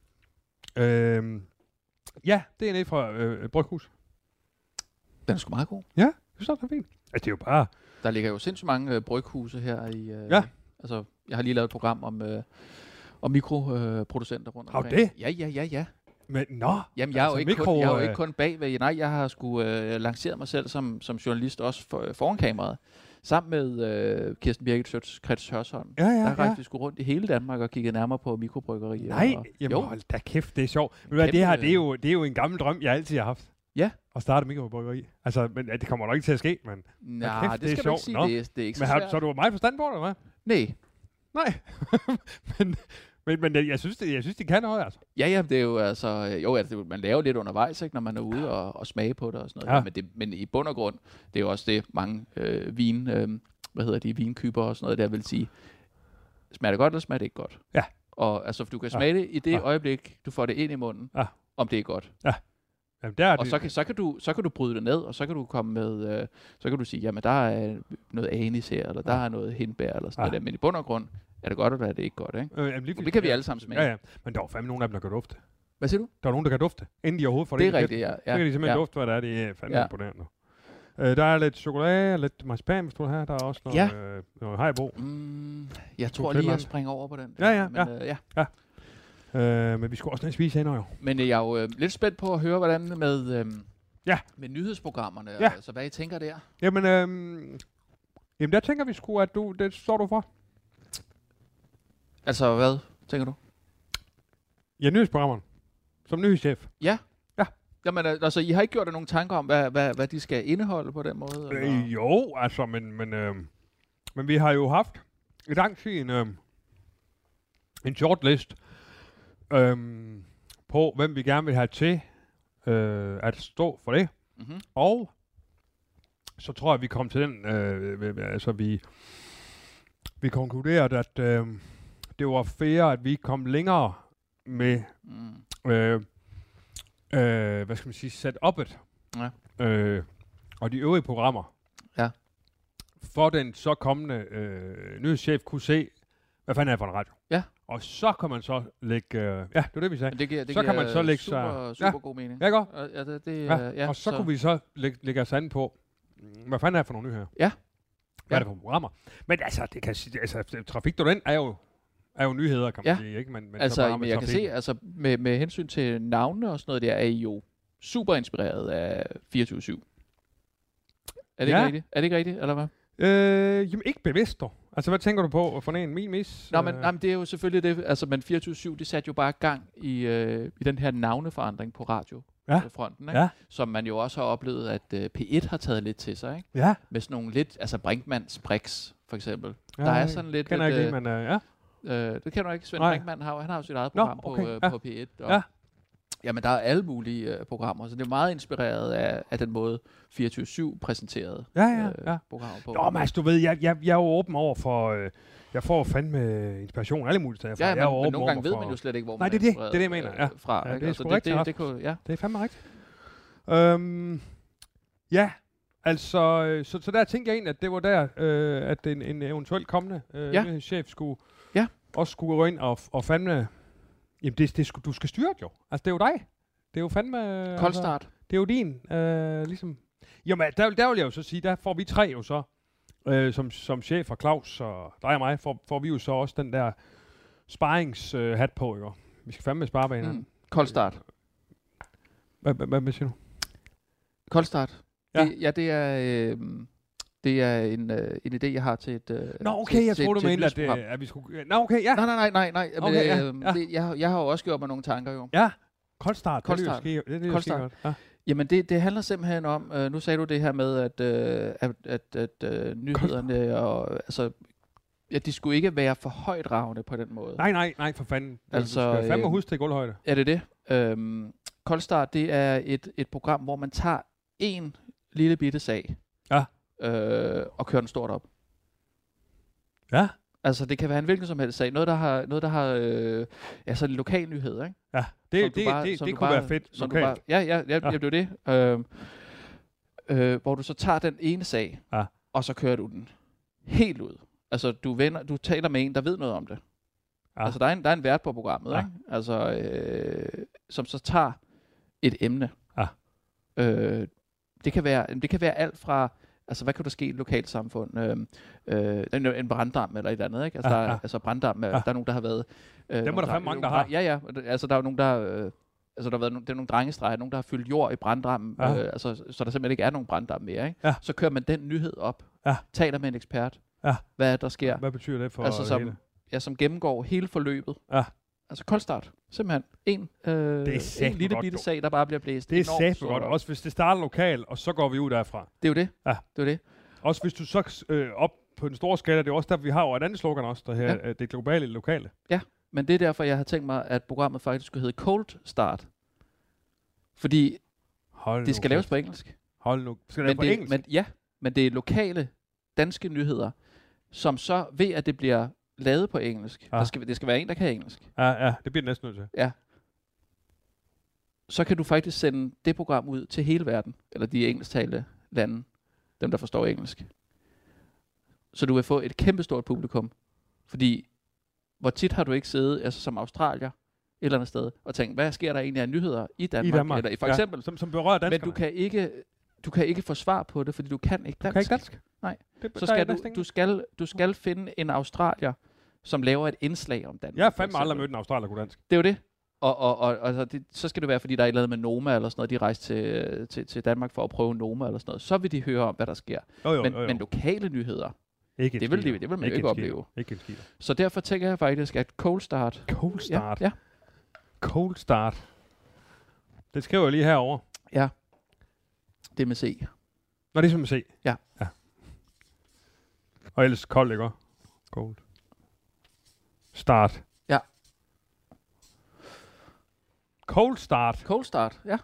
øh, ja, det er nede fra øh, Bryghus. Den er sgu meget god. Ja, det er fint. Altså, det er jo bare... Der ligger jo sindssygt mange øh, bryghuse her i... Øh, Ja. Altså, jeg har lige lavet et program om, øh, om mikroproducenter rundt Har du omkring. det? Ja, ja, ja, ja. Men, nå, Jamen, jeg er jo altså, ikke, mikro, kun, jeg er jo øh, ikke kun bagved. Nej, jeg har sgu øh, lanceret mig selv som, som journalist også for, foran kameraet. Sammen med øh, Kirsten Birgit Schøtz Krets Hørsholm. Ja, ja, Der ja. rejste vi sgu rundt i hele Danmark og kiggede nærmere på mikrobryggerier. Nej, og, jamen jo, hold da kæft, det er sjovt. Ved du hvad, Kæmpe- det her, det er, jo, det er jo en gammel drøm, jeg altid har haft. Ja. At starte mikrobryggeri. Altså, men ja, det kommer nok ikke til at ske, men... nej, kæft, det skal det er man ikke sjovt. sige. Nå. Det er, det er ikke men så har, svært. så du har meget forstand på det, eller hvad? Nej. Nej. men, men, men jeg, jeg, synes, det, jeg synes, de kan noget, altså. Ja, ja, det er jo altså... Jo, altså, det, man laver lidt undervejs, ikke, når man er ude og, og smage på det og sådan noget. Ja. Men, det, men i bund og grund, det er jo også det, mange øh, vin... Øh, hvad hedder de, vinkyber og sådan noget, der vil sige, smager det godt, eller smager det ikke godt? Ja. Og altså, du kan smage ja. det i det ja. øjeblik, du får det ind i munden, ja. om det er godt. Ja. Jamen, der er og det. så kan, så, kan du, så kan du bryde det ned, og så kan du komme med, øh, så kan du sige, jamen der er noget anis her, eller der ja. er noget hindbær, eller sådan ja. noget der. Men i bund og grund, er det godt, eller er det ikke godt, ikke? Øh, jamen, lige, det kan vi alle sammen smage. Ja, ja. Men der var fandme nogen af dem, der kan dufte. Hvad siger du? Der er nogen, der kan dufte, inden de overhovedet får det det. Det er rigtigt, ja. ja. Så kan de simpelthen ja. dufte, hvad der er. Det er fandme ja. imponerende. Øh, der er lidt chokolade, lidt marcipan, hvis du har. Der er også noget, ja. øh, noget Haribo. Mm, jeg tror lige, jeg springer over på den. Ja, ja, men, ja. Øh, ja. ja. Øh, men vi skulle også lige spise hen, jo. Men jeg er jo øh, lidt spændt på at høre, hvordan med, øh, ja. med nyhedsprogrammerne, ja. altså hvad I tænker der? Jamen, øh, jamen der tænker vi sgu, at du, det står du for. Altså, hvad tænker du? Ja, nyhedsprogrammerne. Som nyhedschef. Ja. Ja. Jamen, altså, I har ikke gjort jer nogen tanker om, hvad, hvad, hvad de skal indeholde på den måde? Øh, jo, altså, men, men, øh, men vi har jo haft i lang tid en, øh, en shortlist øh, på, hvem vi gerne vil have til øh, at stå for det. Mm-hmm. Og så tror jeg, vi kom til den, øh, altså vi, vi konkluderede, at øh, det var fair, at vi kom længere med, mm. øh, øh, hvad skal man sige, set-up'et, ja. øh, og de øvrige programmer, ja. for den så kommende øh, nyhedschef kunne se, hvad fanden er det for en radio. Ja. Og så kan man så lægge, øh, ja, det var det, vi sagde. Det giver, det så giver kan man så lægge super, sig, super ja. god mening. Ja, godt. Ja, det, det, ja. ja, og så, så kunne vi så lægge, lægge os an på, hvad fanden er det for nogle nyheder? Ja. Hvad ja. er det for programmer? Men altså, det kan sige, altså, Trafik den er jo, er jo nyheder, kan man ja. sige, ikke? Men, men altså, så bare men jeg trafikken. kan se, altså, med, med hensyn til navnene og sådan noget, der er I jo super inspireret af fireogtyve syv. Er det ja. ikke rigtigt? Er det ikke rigtigt, eller hvad? Øh, jamen, ikke bevidst dog. Altså, hvad tænker du på for en min mis? Nå, men, nej, men det er jo selvfølgelig det, altså, men fireogtyve syv, det satte jo bare gang i, øh, i den her navneforandring på radiofronten, ja. ja. som man jo også har oplevet, at øh, P et har taget lidt til sig, ikke? Ja. Med sådan nogle lidt, altså Brinkmanns Brix, for eksempel. Ja, der er sådan lidt... kender et, ikke lige, men øh, ja. Øh, det kender du ikke. Svend Nej. Brinkmann har, han har jo sit eget program Nå, okay, på, øh, ja. på P et. Og, ja. Jamen, der er alle mulige øh, programmer, så det er meget inspireret af, af den måde fireogtyve syv præsenterede ja, ja, øh, ja. programmer på. Nå, Mads, du ved, jeg, jeg, jeg er jo åben over for... Øh, jeg får fandme inspiration alle mulige steder fra. Ja, jeg men, er jo men åben nogle gange over ved for... man jo slet ikke, hvor Nej, man det er det, er det er det, jeg mener. Ja. Fra, Ja, det er altså, sgu det, rigtigt, det, det, kunne, ja. Det er fandme rigtigt. Øhm, ja, altså, øh, så, så der tænkte jeg egentlig, at det var der, øh, at en, en eventuelt kommende øh, Ja. nyhedschef skulle Ja. også skulle gå ind og, og fandme... Jamen, det, det, du skal styre det jo. Altså, det er jo dig. Det er jo fandme... Kold start. Altså, det er jo din, øh, ligesom... Jamen, der, der vil jeg jo så sige, der får vi tre jo så, øh, som, som chef for Claus og dig og mig, får, får vi jo så også den der sparringshat øh, hat på, jo. Vi skal fandme spare med hinanden. Mm. Kold start. Hvad siger du? Kold start. Ja. Det, ja, det er... Øh, det er en, øh, en idé, jeg har til et... Øh, Nå, okay, til, jeg til, troede, du til et mente, at, det, nyhedsprogram. at vi skulle... Nå, okay, ja. Nej, nej, nej, nej, nej. Men, Okay, ja, øh, ja. Det, jeg, jeg har jo også gjort mig nogle tanker, jo. Ja, koldstart. Kold Det start. lyder ske- det lyder Kold ske start. godt. Ja. Jamen, det, det handler simpelthen om... Øh, nu sagde du det her med, at, øh, at, at, at øh, nyhederne og... Altså, ja, de skulle ikke være for højdragende på den måde. Nej, nej, nej, for fanden. Altså, du skal fandme øh, huske til gulvhøjde. Er det det? Øhm, Koldstart, det er et, et program, hvor man tager en lille bitte sag Ja. øh, og kører den stort op. Ja. Altså, det kan være en hvilken som helst sag. Noget, der har, noget, der har øh, ja, sådan en lokal nyhed, ikke? Ja, det, det, bare, det, det kunne bare, være fedt lokalt. Bare, ja, ja, ja, ja. Det er det. Øh, øh, hvor du så tager den ene sag, ja. og så kører du den helt ud. Altså, du, vender, du taler med en, der ved noget om det. Ja. Altså, der er, en, der er en vært på programmet, ja. ikke? Altså, øh, som så tager et emne. Ja. Øh, det, kan være, det kan være alt fra... Altså, hvad kan der ske i et lokalt samfund? Øh, øh, en branddam eller et eller andet, ikke? Altså, ja, ja. Der, altså branddam, ja. Der er nogen, der har været... Øh, Dem må der fandme mange, der har. Ja, ja. Altså, der er nogen, der... Øh, altså, der har været no- det er nogle drengestreger, nogen, der har fyldt jord i branddammen, ja. øh, altså, så der simpelthen ikke er nogen branddam mere, ikke? Ja. Så kører man den nyhed op, ja. taler med en ekspert, ja. hvad er der sker. Hvad betyder det for altså, som, hele? Ja, som gennemgår hele forløbet. Ja. Altså koldstart. Simpelthen en, øh, en lille bitte sag, der bare bliver blæst. Det er sæt godt. Også hvis det starter lokalt, og så går vi ud derfra. Det er jo det. Ja. Det er det. Også hvis du så øh, op på den store skala, det er også der, vi har jo et andet slogan også, der her, ja. det globale lokale. Ja, men det er derfor, jeg har tænkt mig, at programmet faktisk skulle hedde Cold Start. Fordi Hold det skal laves på engelsk. Hold nu. Skal det laves på det, engelsk? Men, ja, men det er lokale danske nyheder, som så ved, at det bliver lavet på engelsk. Ja. Der skal, det skal være en, der kan engelsk. Ja, ja, det bliver det næsten nødt til. Ja. Så kan du faktisk sende det program ud til hele verden, eller de engelsktalende lande, dem der forstår engelsk. Så du vil få et kæmpestort publikum. Fordi, hvor tit har du ikke siddet, altså som australier, et eller andet sted, og tænkt, hvad sker der egentlig af nyheder i Danmark? I Danmark. Eller for eksempel, ja, som, som berører danskerne. Men du kan ikke, du kan ikke få svar på det, fordi du kan ikke dansk. Du kan ikke dansk? Nej. Det, så skal du, du, skal, du skal finde en australier, som laver et indslag om Danmark. Jeg har fandme aldrig mødt en australier, kunne dansk. Det er jo det. Og, og, og, og altså det, så skal det være, fordi der er et eller andet med Noma eller sådan noget, de rejser til, til, til Danmark for at prøve Noma eller sådan noget. Så vil de høre om, hvad der sker. Jo, jo, men, jo, jo. men lokale nyheder, ikke det, vil de, det vil man ikke, ikke opleve. Ikke en så derfor tænker jeg faktisk, at Cold Start... Cold Start? Ja. ja. Cold Start. Det skriver jeg lige herover. Ja. Det er med C. Nå, det er som med C? Ja. ja. Og ellers koldt, ikke? Cold. Start. Ja. Cold Start. Cold Start, ja.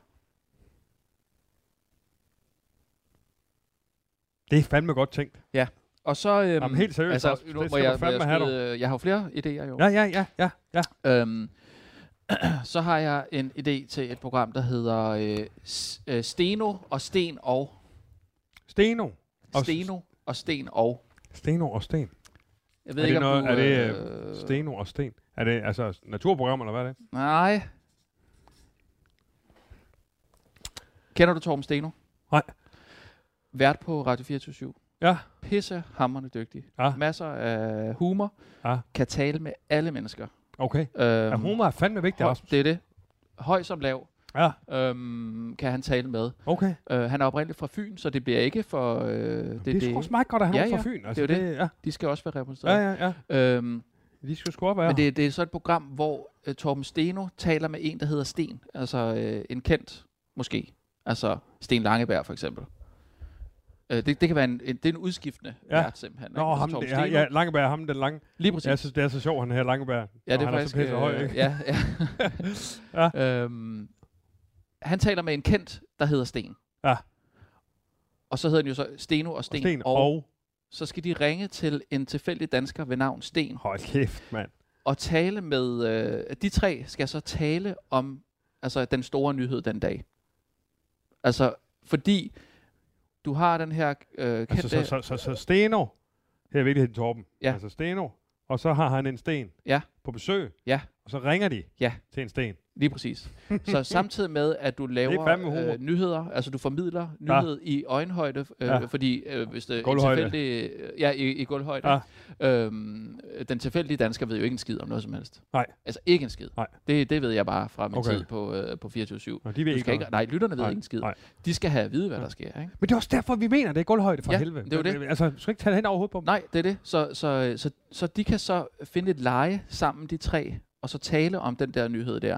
Det er fandme godt tænkt. Ja. Og så... Øhm, Jamen helt seriøst. Altså, nu, det må jeg, fandme jeg, have skyde, jeg har jo flere idéer jo. Ja, ja, ja, ja. ja. Øhm, så har jeg en idé til et program, der hedder øh, s- øh, Steno og Sten og... Steno? Og Steno og Sten og... Steno og Sten? Jeg ved er ikke, det om noget, du... Er det øh, Steno og Sten? Er det altså naturprogram, eller hvad er det? Nej. Kender du Torben Steno? Nej. Vært på Radio fireogtyve syv. Ja. Pisse hamrende dygtig. Ja. Masser af humor. Ja. Kan tale med alle mennesker. Okay. Øhm, ja, humor er fandme vigtigt, høj, Rasmus. Det er det. Høj som lav. Ja. Øhm, kan han tale med. Okay. Øh, han er oprindeligt fra Fyn, så det bliver ikke for... Øh, det, det er sgu også meget godt at have ja, nogen ja. fra Fyn. Altså, det er jo det. det ja. De skal også være repræsenteret. Ja, ja, ja. Øhm, de skal sgu op være. Men det, det er så et program, hvor uh, Torben Steno taler med en, der hedder Sten. Altså uh, en kendt, måske. Altså Sten Langeberg, for eksempel. Uh, det, det kan være en, en, det er en udskiftende ja. vært, simpelthen. Nå, ham, det, ja, ja, Langeberg, ham den lange. Lige præcis. Jeg synes, det er så sjovt, han her Langeberg. Ja, det er han faktisk... Er så høj, ikke? Øh, ja, ja. ja. øhm, han taler med en kendt, der hedder Sten. Ja. Og så hedder den jo så Steno og Sten. Og, Sten og, og så skal de ringe til en tilfældig dansker ved navn Sten. Hold kæft, mand. Og tale med... Øh, de tre skal så tale om altså den store nyhed den dag. Altså, fordi du har den her øh, kendte... Altså, så, så, så, så Steno, her er vigtigheden Torben. Ja. Altså Steno, og så har han en sten ja. på besøg. Ja. Og så ringer de ja. til en sten. Lige præcis. Så samtidig med, at du laver øh, nyheder, altså du formidler nyhed ja. i øjenhøjde, øh, ja. fordi øh, hvis det er tilfældig, øh, ja, i, i gulvhøjde, ja. øhm, den tilfældige dansker ved jo ikke en skid om noget som helst. Nej. Altså ikke en skid. Nej. Det, det ved jeg bare fra min okay. tid på, øh, på fireogtyve syv. Nå, de ved ikke, ikke Nej, lytterne ved nej. ikke en skid. Nej. De skal have at vide, hvad ja. der sker. Ikke? Men det er også derfor, vi mener, det er gulvhøjde for ja, helvede. det er det. Altså, du skal ikke tage det hen over hovedet på dem. Nej, det er det. Så, så, så, så de kan så finde et leje sammen, de tre, og så tale om den der nyhed der.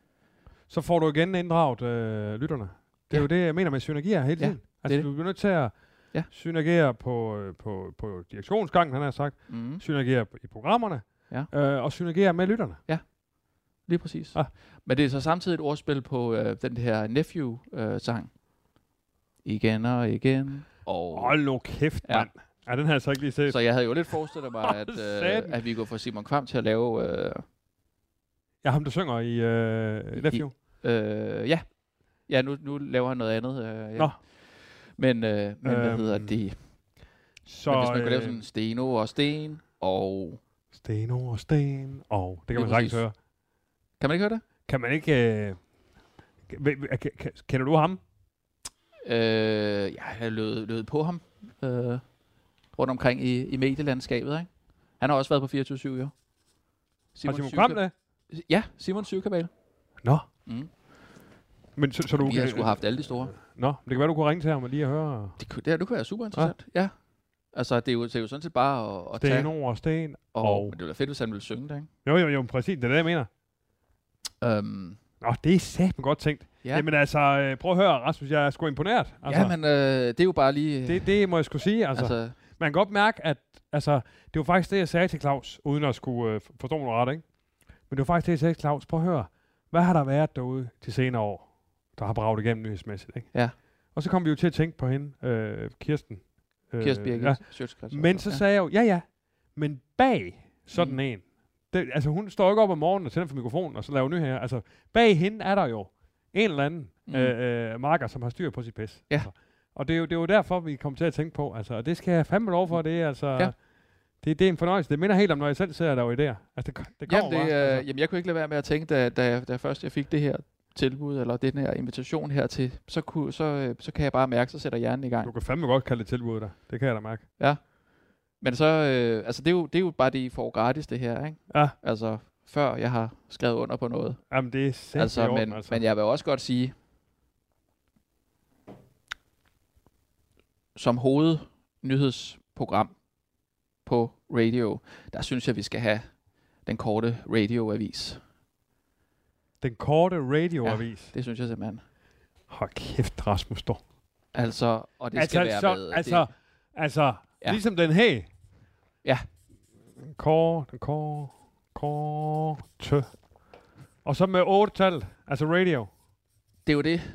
Så får du igen inddraget øh, lytterne. Det er ja. jo det, jeg mener med synergier hele tiden. Ja, altså, du er nødt til at ja. synergere på, på, på direktionsgangen, han har sagt. Mm. Synergere i programmerne. Ja. Øh, og synergere med lytterne. Ja, lige præcis. Ja. Men det er så samtidig et ordspil på øh, den her Nephew-sang. Øh, igen og igen. Og hold nu kæft, ja. mand. Ja, den har jeg så ikke lige set. Så jeg havde jo lidt forestillet mig, at, øh, at vi kunne få Simon Kvam til at lave... Øh, ja, ham der synger i øh, Nephew. Øh, ja. Ja, nu, nu laver han noget andet. Øh, ja. Nå. Men, øh, men øhm, hvad hedder det? Så, men hvis man kunne lave sådan Steno og Sten og... Steno og Sten og... Det kan Lige man sagtens høre. Kan man ikke høre det? Kan man ikke... Øh, kender du ham? Øh, jeg har løbet, løbet på ham øh, rundt omkring i, i medielandskabet. Ikke? Han har også været på fireogtyve syv, jo. Simon, Simon Kvam det? Ja, Simon Syvkabal. Nå. Mm. Men så, så du... Vi har sgu have haft alle de store. Nå, det kan være, du kunne ringe til ham og lige høre... Det kunne, det, det kunne være super interessant, ja. ja. Altså, det er, jo, det er jo sådan set bare at, at tage... Steno og Sten og... og... Men det ville være fedt, hvis han ville synge det, ikke? Jo, jo, jo, præcis. Det er det, jeg mener. Um, Nå, det er satme godt tænkt. ja. Jamen altså, prøv at høre, Rasmus, jeg er sgu imponeret. Altså, ja, men øh, det er jo bare lige... Det, det må jeg sgu sige, altså. altså. Man kan godt mærke, at altså, det var faktisk det, jeg sagde til Claus, uden at skulle øh, forstå mig ret, ikke? Men det var faktisk det, jeg sagde til Claus. Prøv at høre, hvad har der været derude til senere år, der har braget igennem nyhedsmæssigt, ikke? Ja. Og så kom vi jo til at tænke på hende, øh, Kirsten. Øh, Kirsten Birgit. Ja. Men så sagde jeg jo, ja ja, men bag sådan mm. en, det, altså hun står ikke op om morgenen og tænder for mikrofonen, og så laver nyheder. Altså bag hende er der jo en eller anden mm. øh, øh, marker, som har styr på sit pis. Ja. Altså. Og det er, jo, det er jo derfor, vi kom til at tænke på, altså, og det skal jeg fandme lov for, det er altså... Ja. Det, det er en fornøjelse. Det minder helt om, når jeg selv ser der jo idéer. Altså, det, det jamen, det, bare, øh, altså. jamen, jeg kunne ikke lade være med at tænke, da, da, da først jeg fik det her tilbud, eller den her invitation hertil, så, kunne, så, så kan jeg bare mærke, så sætter hjernen i gang. Du kan fandme godt kalde det tilbud der. Det kan jeg da mærke. Ja. Men så, øh, altså det er, jo, det er jo bare det, I får gratis, det her, ikke? Ja. Altså, før jeg har skrevet under på noget. Jamen, det er sæt altså, orden, men, altså. men jeg vil også godt sige, som hovednyhedsprogram på radio, der synes jeg, vi skal have den korte radioavis. Den korte radioavis? Ja, det synes jeg simpelthen. Hold kæft, Rasmus, dog. Altså, og det altså, skal være så, med... Altså, det, altså ja. Ligesom den her. Ja. Den kort, den kort, korte. Og så med otte tal, altså radio. Det er jo det.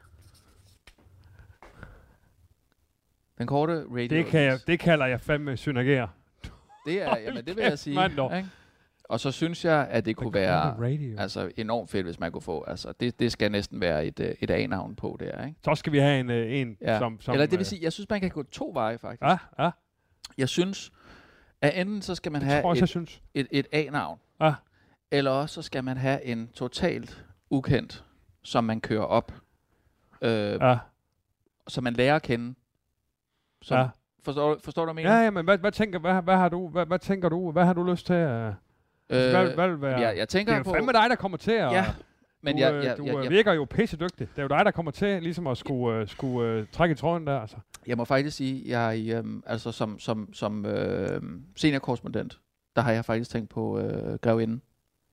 Den korte radio. Det, kan jeg, det kalder jeg fandme synergere. Det er, jamen det vil jeg sige. Man, ikke? Og så synes jeg, at det kunne være radio. altså enormt fedt, hvis man kunne få. Altså det, det skal næsten være et, et A-navn på der, ikke? Så skal vi have en, en ja. som, som... Eller det vil sige, jeg synes, man kan gå to veje, faktisk. Ja, ja. Jeg synes, at enten så skal man det have også, et, synes. et, et A-navn. Ja. Eller også så skal man have en totalt ukendt, som man kører op. Øh, ja. Som man lærer at kende. Som, ja. Forstår, forstår du, hvad jeg mener? Ja, ja, men hvad, hvad, tænker, hvad, hvad, har du, hvad, hvad tænker du? Hvad har du lyst til at... Øh, hvad, hvad vil være, jeg, jeg tænker det er på... jo fandme dig, der kommer til at... Ja, men du, jeg, jeg, du jeg, jeg, virker jo pissedygtig. Det er jo dig, der kommer til ligesom at skulle, uh, skulle uh, trække i tråden der, altså. Jeg må faktisk sige, jeg øhm, altså som, som, som øh, seniorkorrespondent, der har jeg faktisk tænkt på øh, Grevinden.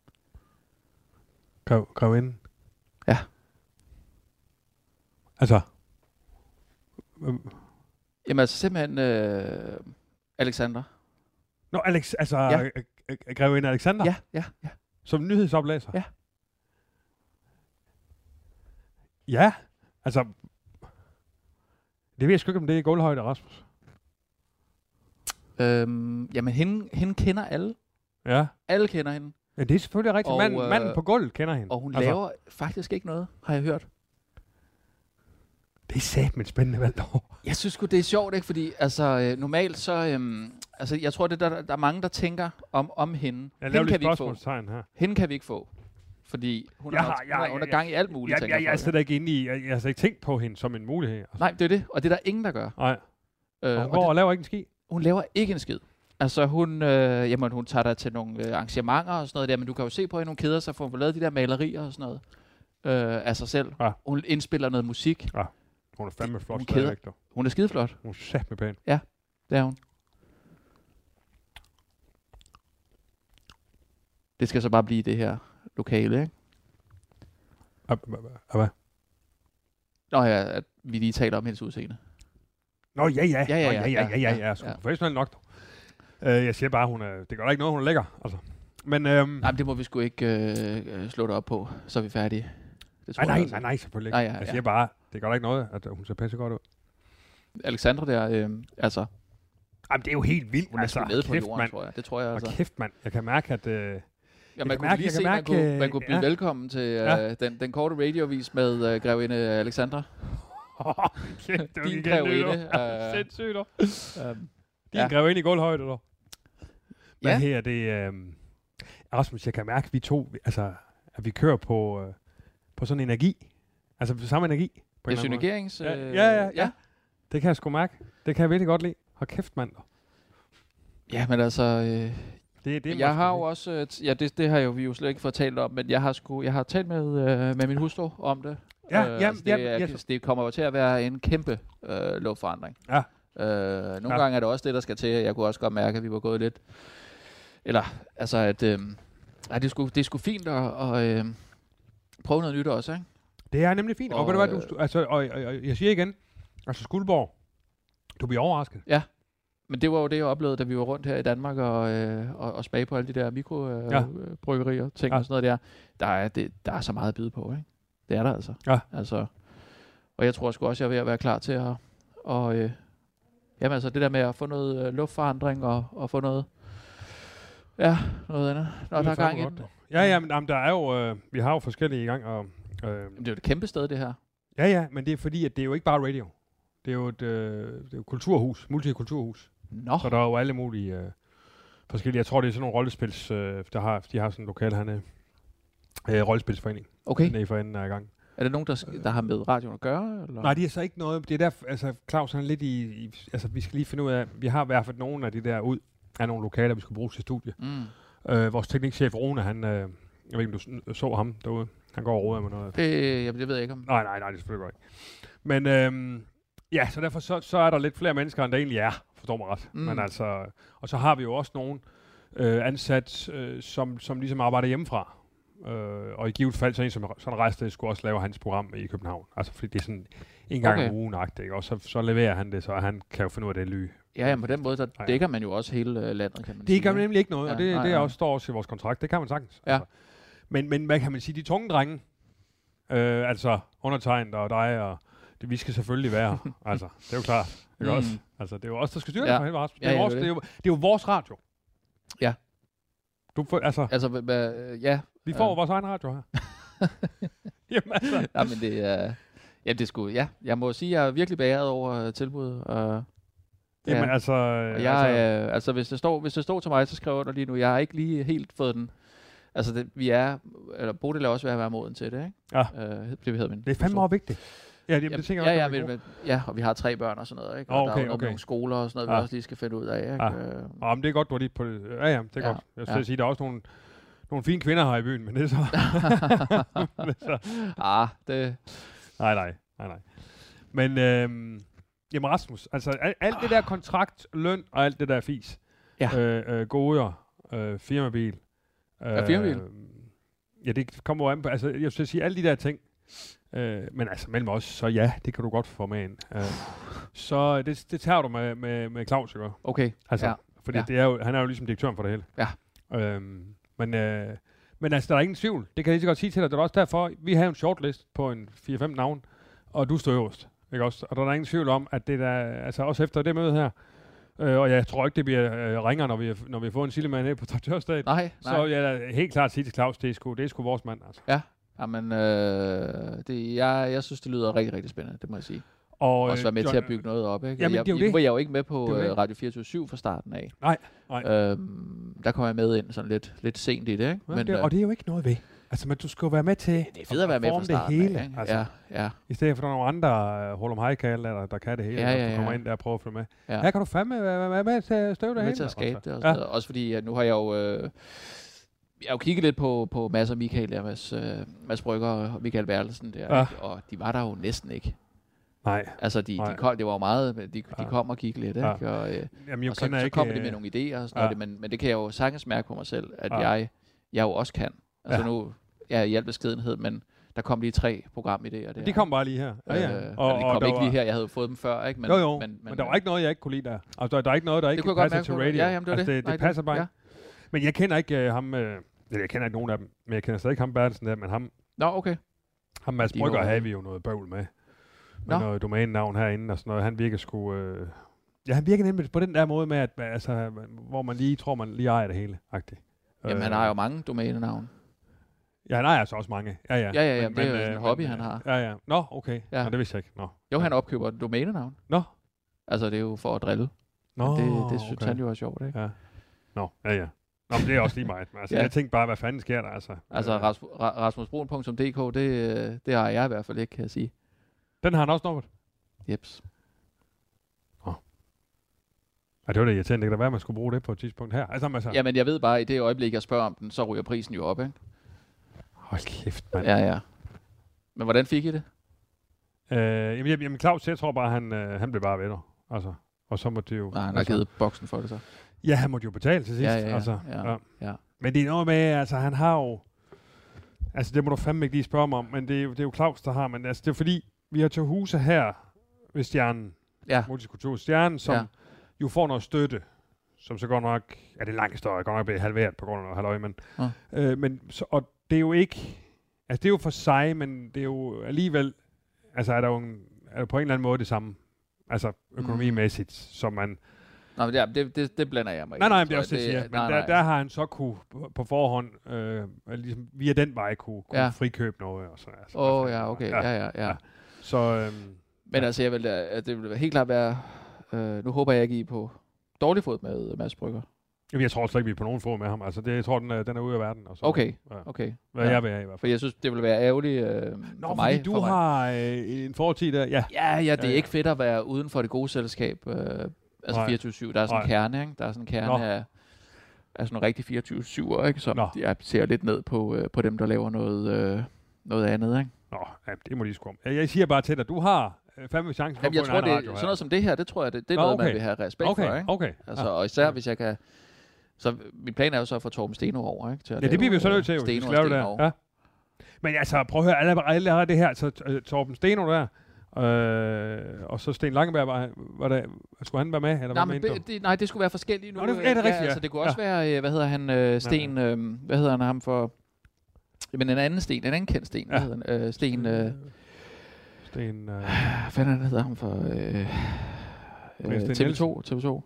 Grev, Grevinden? Ja. Altså... Jamen altså simpelthen øh, Alexander. Nå, Alex, altså ja. Grevinde Alexander? Ja, ja, ja. Som nyhedsoplæser? Ja. Ja, altså... Det ved jeg sgu ikke, om det er i gulvhøjde, Rasmus. Øhm, jamen, hende, hende kender alle. Ja. Alle kender hende. Ja, det er selvfølgelig rigtigt. Og, manden, øh, manden på gulvet kender hende. Og hun altså. laver faktisk ikke noget, har jeg hørt. Det er satme et spændende valg dog. Jeg synes sgu, det er sjovt, ikke? Fordi altså, øh, normalt så... Øhm, altså, jeg tror, det der, der er mange, der tænker om, om hende. Jeg hende kan vi ikke få. Her. Hende kan vi ikke få. Fordi hun jeg er har, jeg, under gang i alt muligt. Jeg, jeg, jeg, jeg er slet ikke inde i... Jeg, jeg har slet ikke tænkt på hende som en mulighed. Altså. Nej, det er det. Og det er der ingen, der gør. Nej. Øh, og hun går og, og laver ikke en ski? Hun laver ikke en skid. Altså hun, øh, jamen, hun tager dig til nogle øh, arrangementer og sådan noget der, men du kan jo se på hende, hun keder sig for at få lavet de der malerier og sådan noget øh, af sig selv. Ja. Hun indspiller noget musik. Ja. Hun er fandme flot. Hun, keder. Hun er skideflot. Hun er satme pæn. Ja, det er hun. Det skal så bare blive det her lokale, ikke? Hvad? Nå ja, at vi lige taler om hendes udseende. Nå ja, ja. Ja, ja, ja. ja, ja, ja, ja, ja. ja. Professionelt nok. Uh, jeg siger bare, hun er, det gør da ikke noget, hun er lækker. Altså. Men, øhm, nej, men det må vi sgu ikke øh, slå det op på, så er vi færdige. Det tror nej, nej, nej, nej, selvfølgelig ikke. Nej, ja, jeg siger ja. bare, det gør da ikke noget, at hun ser pisse godt ud. Alexandra der, øh, altså, Jamen, det er jo helt vildt. Hun er altså, nede på jorden, man. tror jeg. Det tror jeg altså. Og kæft, mand. Jeg kan mærke, at... Øh, ja, man kunne mærke, lige se, man, mærke, kunne, man kunne blive ja. velkommen til ja. øh, den, den korte radiovis med øh, grevinde Alexandra. Kæft, det Din grevinde. Øh, Sindssygt, dog. Um, Din ja. grevinde i gulvhøjde, dog. Hvad ja. her det... Øh, Rasmus, jeg kan mærke, at vi to... Altså, at vi kører på, øh, på sådan energi. Altså, samme energi. På det er synergerings... Øh, ja, ja, ja, ja. ja. Det kan jeg sgu mærke. Det kan jeg virkelig godt lide. Hold kæft, mand. Ja, men altså... Øh, det, det jeg har jo også... Øh, ja, det, det har jo vi jo slet ikke fået talt om, men jeg har, sgu, jeg har talt med, øh, med min hustru om det. Ja, øh, jamen, altså det, jamen, er, yes. det kommer jo til at være en kæmpe øh, luftforandring. Ja. Øh, nogle ja. gange er det også det, der skal til. Jeg kunne også godt mærke, at vi var gået lidt... Eller, altså, at... Øh, ja, det, er sgu, det er sgu fint at, at øh, prøve noget nyt også, ikke? Det er nemlig fint. Og, og ved du hvad, du, altså, og, og, og jeg siger igen, altså Skuldborg, du bliver overrasket. Ja, men det var jo det, jeg oplevede, da vi var rundt her i Danmark og, øh, og, og smage på alle de der mikrobryggerier, øh, ting ja. og sådan noget der. Der er, det, der er så meget at byde på, ikke? Det er der altså. Ja. altså. Og jeg tror sgu også, jeg er ved at være klar til at... Og, øh, jamen altså, det der med at få noget øh, luftforandring og, og få noget... Ja, noget andet. Når der er gang i den. Ja, ja, men jamen, der er jo... Øh, vi har jo forskellige i gang, og... Øh, det er jo et kæmpe sted, det her. Ja, ja, men det er fordi, at det er jo ikke bare radio. Det er jo et, øh, det er jo kulturhus, multikulturhus. Nå. Så der er jo alle mulige øh, forskellige. Jeg tror, det er sådan nogle rollespils, øh, der har, de har sådan en lokal hernede. Øh, rollespilsforening. Okay. Hernede for enden er i gang. Er det nogen, der, der har med radioen at gøre? Eller? Nej, det er så ikke noget. Det er der, altså Claus han er lidt i, i, altså vi skal lige finde ud af, vi har i hvert fald nogle af de der ud af nogle lokaler, vi skulle bruge til studie. Mm. Øh, vores teknikchef Rune, han, øh, jeg ved ikke, om du så ham derude. Han går og råder med noget. Det, jamen, det ved jeg ikke om. Nej, nej, nej, det er selvfølgelig godt ikke. Men øhm, ja, så derfor så, så er der lidt flere mennesker, end der egentlig er, forstår mig ret. Mm. Men altså, og så har vi jo også nogen øh, ansat, øh, som, som ligesom arbejder hjemmefra. Øh, og i givet fald, så en som sådan rejste, skulle også lave hans program i København. Altså, fordi det er sådan en gang okay. om ugen-agtigt, ikke? Og så, så leverer han det, så han kan jo finde ud af det ly. Ja, ja, på den måde, der dækker man jo også hele øh, landet, kan man det sige. Det gør man nemlig ikke noget, ja, og det, nej, det er nej. også, står også i vores kontrakt. Det kan man sagtens. Ja. Altså. Men, men hvad kan man sige, de tunge drenge, øh, altså undertegnet og dig, og det, vi skal selvfølgelig være. Altså, det er jo klart. Ikke mm. også? Altså, det er jo os, der skal styre ja. det. Det er, ja, ja, vores, det. Det, er jo, det er jo vores radio. Ja. Du får, altså, altså øh, ja. Vi får øh. vores egen radio her. Jamen, altså. Ja, men det er... Øh, ja, det skulle, ja, jeg må sige, at jeg er virkelig beæret over tilbuddet. Og, Jamen, ja. altså... Og jeg, altså, øh, altså hvis, det står, hvis det står til mig, så skriver jeg under lige nu. Jeg har ikke lige helt fået den... Altså, det, vi er... Eller Bodil er også ved at være moden til det, ikke? Ja. Øh, det, vi hedder, men, det er fandme meget vigtigt. Ja, det, ja, det tænker ja, jeg ja, også. men, men, ja, og vi har tre børn og sådan noget, ikke? Og okay, der er jo okay. nogle skoler og sådan noget, ja. vi også lige skal finde ud af, ikke? Ja. Øh. Ja, men det er godt, du er lige på det. Ja, ja, det er ja. godt. Jeg skal ja. sige, der er også nogle, nogle fine kvinder her i byen, men det er så... det er så. Ah, det... Nej, nej, nej, nej. Men, øhm, jamen Rasmus, altså alt, alt det der kontrakt, løn og alt det der fis. Ja. Øh, øh, goder, øh, firmabil. Øh, ja, firmabil? Ja, det kommer jo an på, altså jeg skal sige, alle de der ting. Øh, men altså mellem os, så ja, det kan du godt få med ind. Øh, så det, det tager du med, med, med Claus, ikke? Okay, altså, ja. Fordi ja. det er jo, han er jo ligesom direktøren for det hele. Ja. Øhm, men, øh, men altså, der er ingen tvivl. Det kan jeg lige så godt sige til dig. Det er også derfor, vi har en shortlist på en fire fem navn, og du står øverst. Ikke også? Og der er ingen tvivl om, at det der, altså også efter det møde her, øh, og jeg tror ikke, det bliver øh, ringer, når vi, når vi får en Sildemann her på traktørstedet. Nej, nej. Så jeg er helt klart sige til Claus, det er sgu, det er sgu vores mand. Altså. Ja, jamen, øh, det, jeg, jeg synes, det lyder rigtig, rigtig spændende, det må jeg sige. Og også være med John, til at bygge noget op, ikke? Jamen, jeg, det er jo jeg, det. jeg er jo ikke med på uh, Radio fireogtyve syv fra starten af. Nej, nej. Øhm, der kommer jeg med ind sådan lidt, lidt sent i det, ikke? Ja, men, det, øh, og det er jo ikke noget ved. Altså, men du skal jo være med til det er fedt at være med fra starten det hele. Af, ikke? Altså, ja, ja. I stedet for nogle andre uh, Holm Heikal, der, der kan det hele, ja, ja, og du kommer ja. ind der og prøver at følge med. Ja. Her kan du fandme være med, med til at støve det hele. Med til at skabe det og sådan ja. Også fordi, at nu har jeg jo... Øh, jeg har jo kigget lidt på, på Mads og Michael, der, Mads, øh, Mads Brygger og Michael Værelsen der, ja. Og de var der jo næsten ikke. Nej. Altså, de, de kom, det var jo meget, de, de ja. kom og kiggede lidt, ikke? Ja. Og, øh, Jamen, og så, så kommer de med nogle idéer og sådan ja. noget, men, men det kan jeg jo sagtens mærke på mig selv, at ja. jeg, jeg jo også kan. Altså ja. nu, jeg er i al beskedenhed, men der kom lige tre programidéer der. De kom bare lige her. Ja, ja. Øh, og, og de kom ikke var... lige her, jeg havde fået dem før, ikke? Men, jo, jo, men, men, men der var ikke noget, jeg ikke kunne lide der. Altså, der, der er ikke noget, der ikke passer til radio. Ja, jamen, det, altså, det, det, Nej, det passer bare ja. Men jeg kender ikke uh, ham, uh, jeg kender ikke nogen af dem, men jeg kender stadig ikke ham Bertelsen der, men ham... Nå, okay. Ham Mads Brygger havde vi jo noget bøvl med. Med noget domænenavn herinde og sådan noget. Han virker sgu... Øh, Ja, han virker nemlig på den der måde med, at, altså, hvor man lige tror, man lige ejer det hele. Agtigt. Jamen, han har jo mange domænenavne. Ja, han ejer altså også mange. Ja, ja. Ja, ja, ja, men, det er jo men, en øh, hobby, men, han har. Ja, ja. Nå, okay. Ja. Nå, det vidste jeg ikke. Nå. Jo, ja. han opkøber domænenavn. Nå. Altså, det er jo for at drille. Nå, det, det synes okay. han jo er sjovt, ikke? Ja. Nå, ja, ja. Nå, men det er også lige meget. Altså, ja. Jeg tænkte bare, hvad fanden sker der, altså? Altså, øh. rasmusbrun punktum d k, det, det har jeg i hvert fald ikke, kan jeg sige. Den har han også nummeret? Jeps. Åh. Ja, det var det irriterende. Det kan da være, at man skulle bruge det på et tidspunkt her. Altså, altså. Jamen, jeg ved bare, at i det øjeblik, jeg spørger om den, så ryger prisen jo op, ikke? Hold kæft, mand. Ja, ja. Men hvordan fik I det? Øh, jamen, jamen, Claus, jeg tror bare, han, øh, han blev bare ved dig. Altså, og så måtte det jo... Nej, han har altså, givet boksen for det så. Ja, han måtte jo betale til sidst. Ja, ja, ja. Altså, ja, ja. ja. Men det er noget med, altså han har jo... Altså det må du fandme ikke lige spørge mig om, men det er jo, det er jo Claus, der har. Men altså det er fordi, vi har til huse her ved Stjernen. Ja. Multikultur Stjernen, som ja. jo får noget støtte. Som så godt nok... Ja, det er en lang historie. Godt nok bliver halveret på grund af noget halvøje, men... Ja. Øh, men så, og det er jo ikke... Altså det er jo for sig, men det er jo alligevel... Altså er der jo en, er der på en eller anden måde det samme. Altså økonomimæssigt, mm. som man... Nej, men det, det, det, det blander jeg mig i. Nej, nej, det er også det, jeg siger. Men nej, der, nej. der har han så kunne på forhånd, øh, ligesom via den vej, kunne, kunne ja. frikøbe noget. Og så, altså, Åh, oh, ja, okay. Ja, ja, ja. ja. Så, øhm, men ja. altså, jeg vil, at det vil helt klart være... Øh, nu håber jeg ikke, I er på dårlig fod med Mads Brygger. Jamen, jeg tror slet ikke, vi er på nogen fod med ham. Altså, det, jeg tror, den er, den er ude af verden. Og så, okay, ja. okay. Hvad ja. jeg vil have i hvert fald. For jeg synes, det vil være ærgerligt øh, Nå, for mig. fordi du for mig. har øh, en fortid der. Ja, ja, ja, det er ja, ja. ikke fedt at være uden for det gode selskab. Øh, altså fireogtyve syv. Der er sådan en kerne, ikke? Der er sådan en kerne Nå. af... Altså nogle rigtig fireogtyve syv'er, ikke? Så Nå. jeg ser lidt ned på, øh, på dem, der laver noget, øh, noget andet, ikke? Nå, ja, det må de sgu om. Jeg siger bare til dig, du har øh, fandme chancen for Jamen, at få jeg en tror, radio det, her. sådan noget som det her, det tror jeg, det, det er Nå, noget, okay. man vil have respekt okay. for, ikke? Okay, altså, ja. Og især hvis jeg kan... Så min plan er jo så at få Torben Steno over, ikke? Til at ja, det bliver vi jo så nødt til, jo. Steno vi skal lave det der. Ja. Men altså, prøv at høre, alle, alle har det her. Så uh, Torben Steno der, øh, og så Sten Langeberg, var, var der, skulle han være med? Eller nej, hvad men be, det, nej, det skulle være forskelligt nu. Nå, det, ja, det er rigtigt, ja. Altså, det kunne også ja. være, hvad hedder han, øh, Sten, øh, hvad hedder han ham for... Men en anden Sten, en anden kendt Sten, ja. Hvad hedder han? Øh, Sten... Øh, Sten... Øh, hvad fanden hedder han for... Øh, øh, T V to, T V to.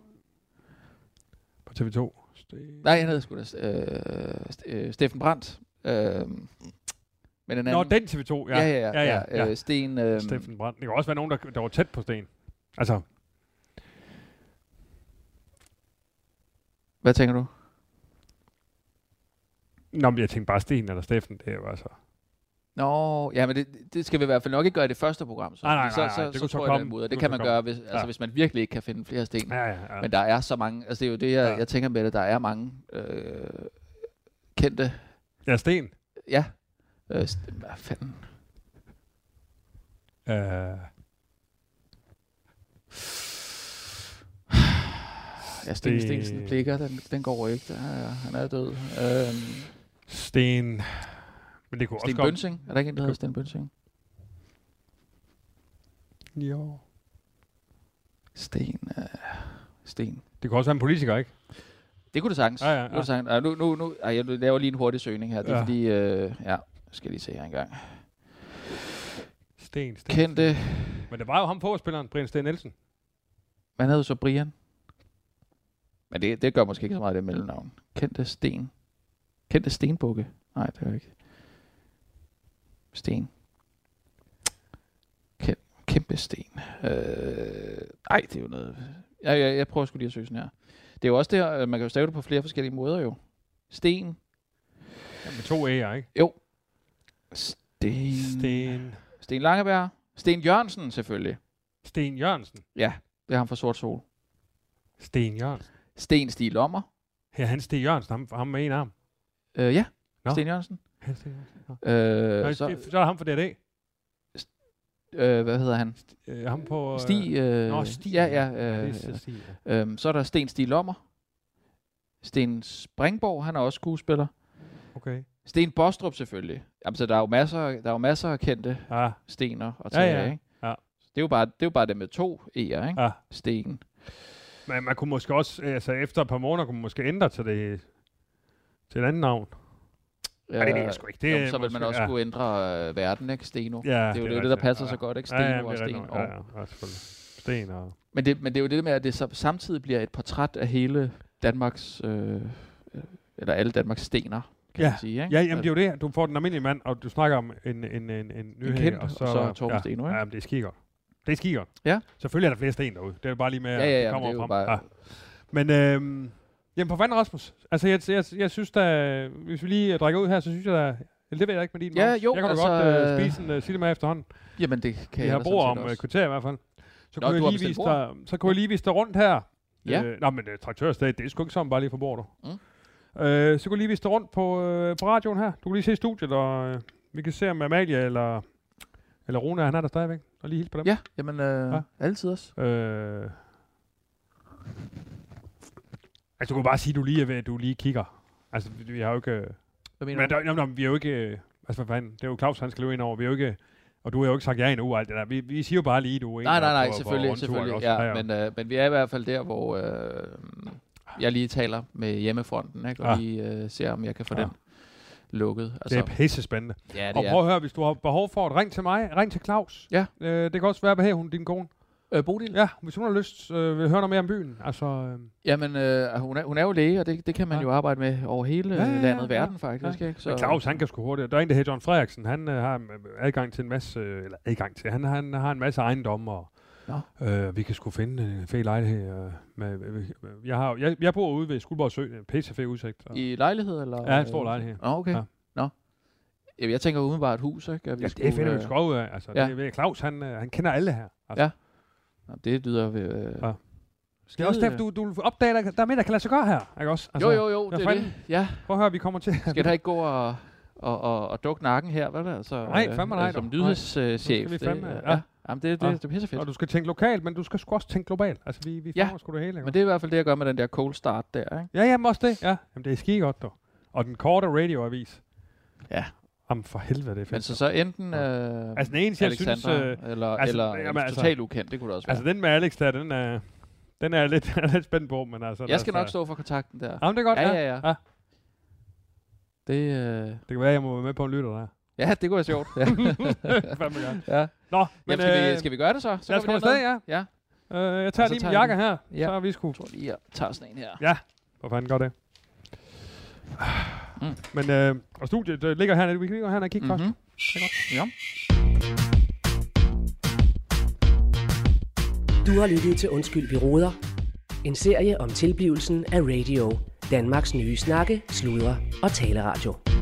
På T V to. Sten. Nej, han hedder sgu da øh, Steffen Brandt. Øh, men en anden... Nå, den T V to, ja. Ja, ja, ja. ja, ja, ja. Øh, Sten... Øh, Steffen Brandt. Det kan også være nogen, der, der var tæt på Sten. Altså... Hvad tænker du? Nå, men jeg tænkte bare Sten eller Steffen, det er jo altså... Nå, ja, men det, det skal vi i hvert fald nok ikke gøre i det første program. Så, nej, nej, nej, så, nej, så, det så, så tror jeg, det er det, det kan man komme. gøre, hvis, ja. altså, hvis man virkelig ikke kan finde flere sten. Ja, ja, ja. Men der er så mange, altså det er jo det, jeg, ja. jeg tænker med det, der er mange øh, kendte... Ja, Sten. Ja. Øh, st- hvad fanden? Øh... Ja, Sten Stensen Blikker, den, den går ikke. Der er, han er død. Øhm, Sten... Men det kunne Sten også Bønsing? Er der ikke en, der hedder Sten Bønsing? Jo. Sten... Øh, Sten. Det kunne også være en politiker, ikke? Det kunne det sagtens. Ja, ja, ja. Det kunne det sagtens. Ej, nu, nu, nu, ej, jeg laver lige en hurtig søgning her. Det er ja. fordi... Øh, ja, skal lige se her engang. Sten, Sten. Kendte... Men det var jo ham fodboldspilleren, Brian Sten Nielsen. Man havde så Brian. Men det, det gør måske ikke så meget det mellemnavn. Kendte Sten. Kendte Stenbukke. Nej, det er ikke. Sten. Kæm, kæmpe sten. Øh, ej, det er jo noget... Jeg, jeg, jeg prøver sgu lige at søge sådan her. Det er jo også det, man kan jo stave det på flere forskellige måder jo. Sten. Ja, med to E'er, ikke? Jo. Sten. Sten. Sten Langeberg. Sten Jørgensen selvfølgelig. Sten Jørgensen? Ja, det er ham fra Sort Sol. Sten Jørgensen? Sten Stig Lommer. Ja, han Sten Jørgensen, ham, ham med en arm. Øh, ja, Nå. Sten Jørgensen. Ja, Sten Jørgensen. Øh, Nå, så, det, så er der ham for D R D. Øh, hvad hedder han? St- øh, ham på... Øh, Stig. Øh, Nå, Stig. Ja, ja. Øh, ja, det er Stig, ja. Øhm, så er der Sten Stig Lommer. Sten Springborg, han er også skuespiller. Okay. Sten Bostrup selvfølgelig. Jamen, så der er jo masser, der er jo masser af kendte ja. stener at tage ja, ja. af, ikke? Ja. Det er jo bare det er jo bare det med to E'er, ikke? Ja. Sten. Men man kunne måske også, altså efter et par måneder, kunne man måske ændre til det til et andet navn. Ja, ja, det ved jeg sgu ikke. Det jo, så vil man også ja. kunne ændre øh, verden, ikke? Steno. Ja, det er jo det, det, det, der passer ja. så godt, ikke? Steno ja, ja, og Sten. Ja, ja, ja, selvfølgelig. Sten og... Men det, men det er jo det med, at det så samtidig bliver et portræt af hele Danmarks, øh, eller alle Danmarks stener, kan ja. man sige. Ikke? Ja, jamen det er jo det. Du får den almindelige mand, og du snakker om en, en, en, en nyhed. En kendt, og så, og så Torben ja, Steno, ikke? Ja, men det er skigodt. Det er skigodt. Ja. Selvfølgelig er der flere sten derude. Det er bare lige med, ja, ja, ja, at det kommer det er frem. Bare... Ja. Men øhm, jamen for fanden, Rasmus. Altså, jeg, jeg, jeg synes da, hvis vi lige drikker ud her, så synes jeg da, eller det ved jeg ikke med din ja, moms. jo, Jeg kan altså, godt uh, spise en uh, silde med efterhånden. Jamen, det kan vi jeg har brug om også. kvarter i hvert fald. Så Nå, kunne jeg lige vise dig, så kunne jeg lige vise dig rundt her. Ja. Øh, nå, men uh, traktørstedet, det er sgu ikke sådan bare lige for bordet. Mm. Øh, så kunne jeg lige vise dig rundt på, øh, på radioen her. Du kan lige se studiet, og øh, vi kan se om Amalie eller, eller Rune, han er der stadigvæk. Og lige hilse på dem. Ja, jamen øh, ja. altid også. Øh, altså, du kan bare sige, at du lige er ved, at du lige kigger. Altså, vi har jo ikke... Hvad mener men du? der, jamen, jamen, vi er jo ikke... Altså, hvad fanden? Det er jo Claus, han skal løbe ind over. Vi er jo ikke... Og du har jo ikke sagt ja endnu og alt det der. Vi, vi siger jo bare lige, du er Nej, nej, nej, på, selvfølgelig, på selvfølgelig. også, Ja, men, øh, men vi er i hvert fald der, hvor øh, jeg lige taler med hjemmefronten, ikke? Og ja. lige øh, ser, om jeg kan få ja. den lukket. Altså, det er pisse spændende. Ja, det og prøv at høre, hvis du har behov for at ringe til mig, ring til Claus. Ja. Øh, det kan også være, hvad her hun, din kone. Øh, Bodil? Ja, hvis hun har lyst, øh, vil høre noget mere om byen. Altså, øh. Jamen, øh, hun, er, hun er jo læge, og det, det kan man ja. jo arbejde med over hele ja, ja, ja, landet, ja, verden faktisk. Ja. Ikke? Så, men Claus, han kan sgu hurtigt. Der er en, der hedder John Frederiksen. Han øh, har adgang til en masse, øh, eller adgang til, han, han har en masse ejendomme, og øh, vi kan sgu finde en fed lejlighed. Øh, med, øh, jeg, har, jeg, jeg bor ude ved Skuldborg Sø, en pissefed udsigt. Og I lejlighed, eller? Ja, en stor lejlighed. Åh, oh, okay. Ja. Nå. Jamen, jeg tænker umiddelbart et hus, ikke? Ja, skulle, det finder vi sgu ud af. Altså, ja. det, Claus, han, han kender alle her. Altså. Ja. Nå, det lyder ved... Øh, ja. Det er også derfor, du, du opdager, der, der er mere, der kan lade sig gøre her, ikke også? Altså, jo, jo, jo, det er det. Ja. Prøv at høre, vi kommer til... Skal der ikke gå og, og, og, og dukke nakken her, vel? Altså, nej, fandme nej. Øh, som nyhedschef. Det, fandme, det, ja. ja. Jamen, det, det, ja. det er pissefedt. Og du skal tænke lokalt, men du skal sgu også tænke globalt. Altså, vi, vi ja. får sgu det hele, ikke? Men det er i hvert fald det, jeg gør med den der cold start der, ikke? Ja, jamen også det. Ja, jamen, det er skide godt, dog. Og den korte radioavis. Ja. Jamen, for helvede, det er fedt. Men så, så enten ja. øh, altså, den eneste, jeg synes... Øh, eller, altså, eller jamen, altså, totalt ukendt, det kunne det også være. Altså, den med Alex der, den er... Den er jeg lidt, lidt spændt på, men altså... Jeg skal der, nok stå for kontakten der. Jamen, det er godt, ja. Ja, ja, ja. ja. Det, øh... det kan være, jeg må være med på en lytter der. Ja, det kunne være sjovt. Ja. Fandme godt. Ja. Nå, men... Jamen, skal, øh, vi, skal vi gøre det så? Så lad os komme afsted, ja. Ja. Øh, jeg tager lige min jakke her, ja. så er vi sgu... Jeg tror lige, jeg tager sådan en her. Ja, hvor fanden går det? Mm. Men øh, og studiet det ligger hernede. Vi kan lige gå hernede og kigge mm-hmm. først. Det er godt. Ja. Du har lyttet til Undskyld, vi roder. En serie om tilblivelsen af radio. Danmarks nye snakke, sludre og taleradio.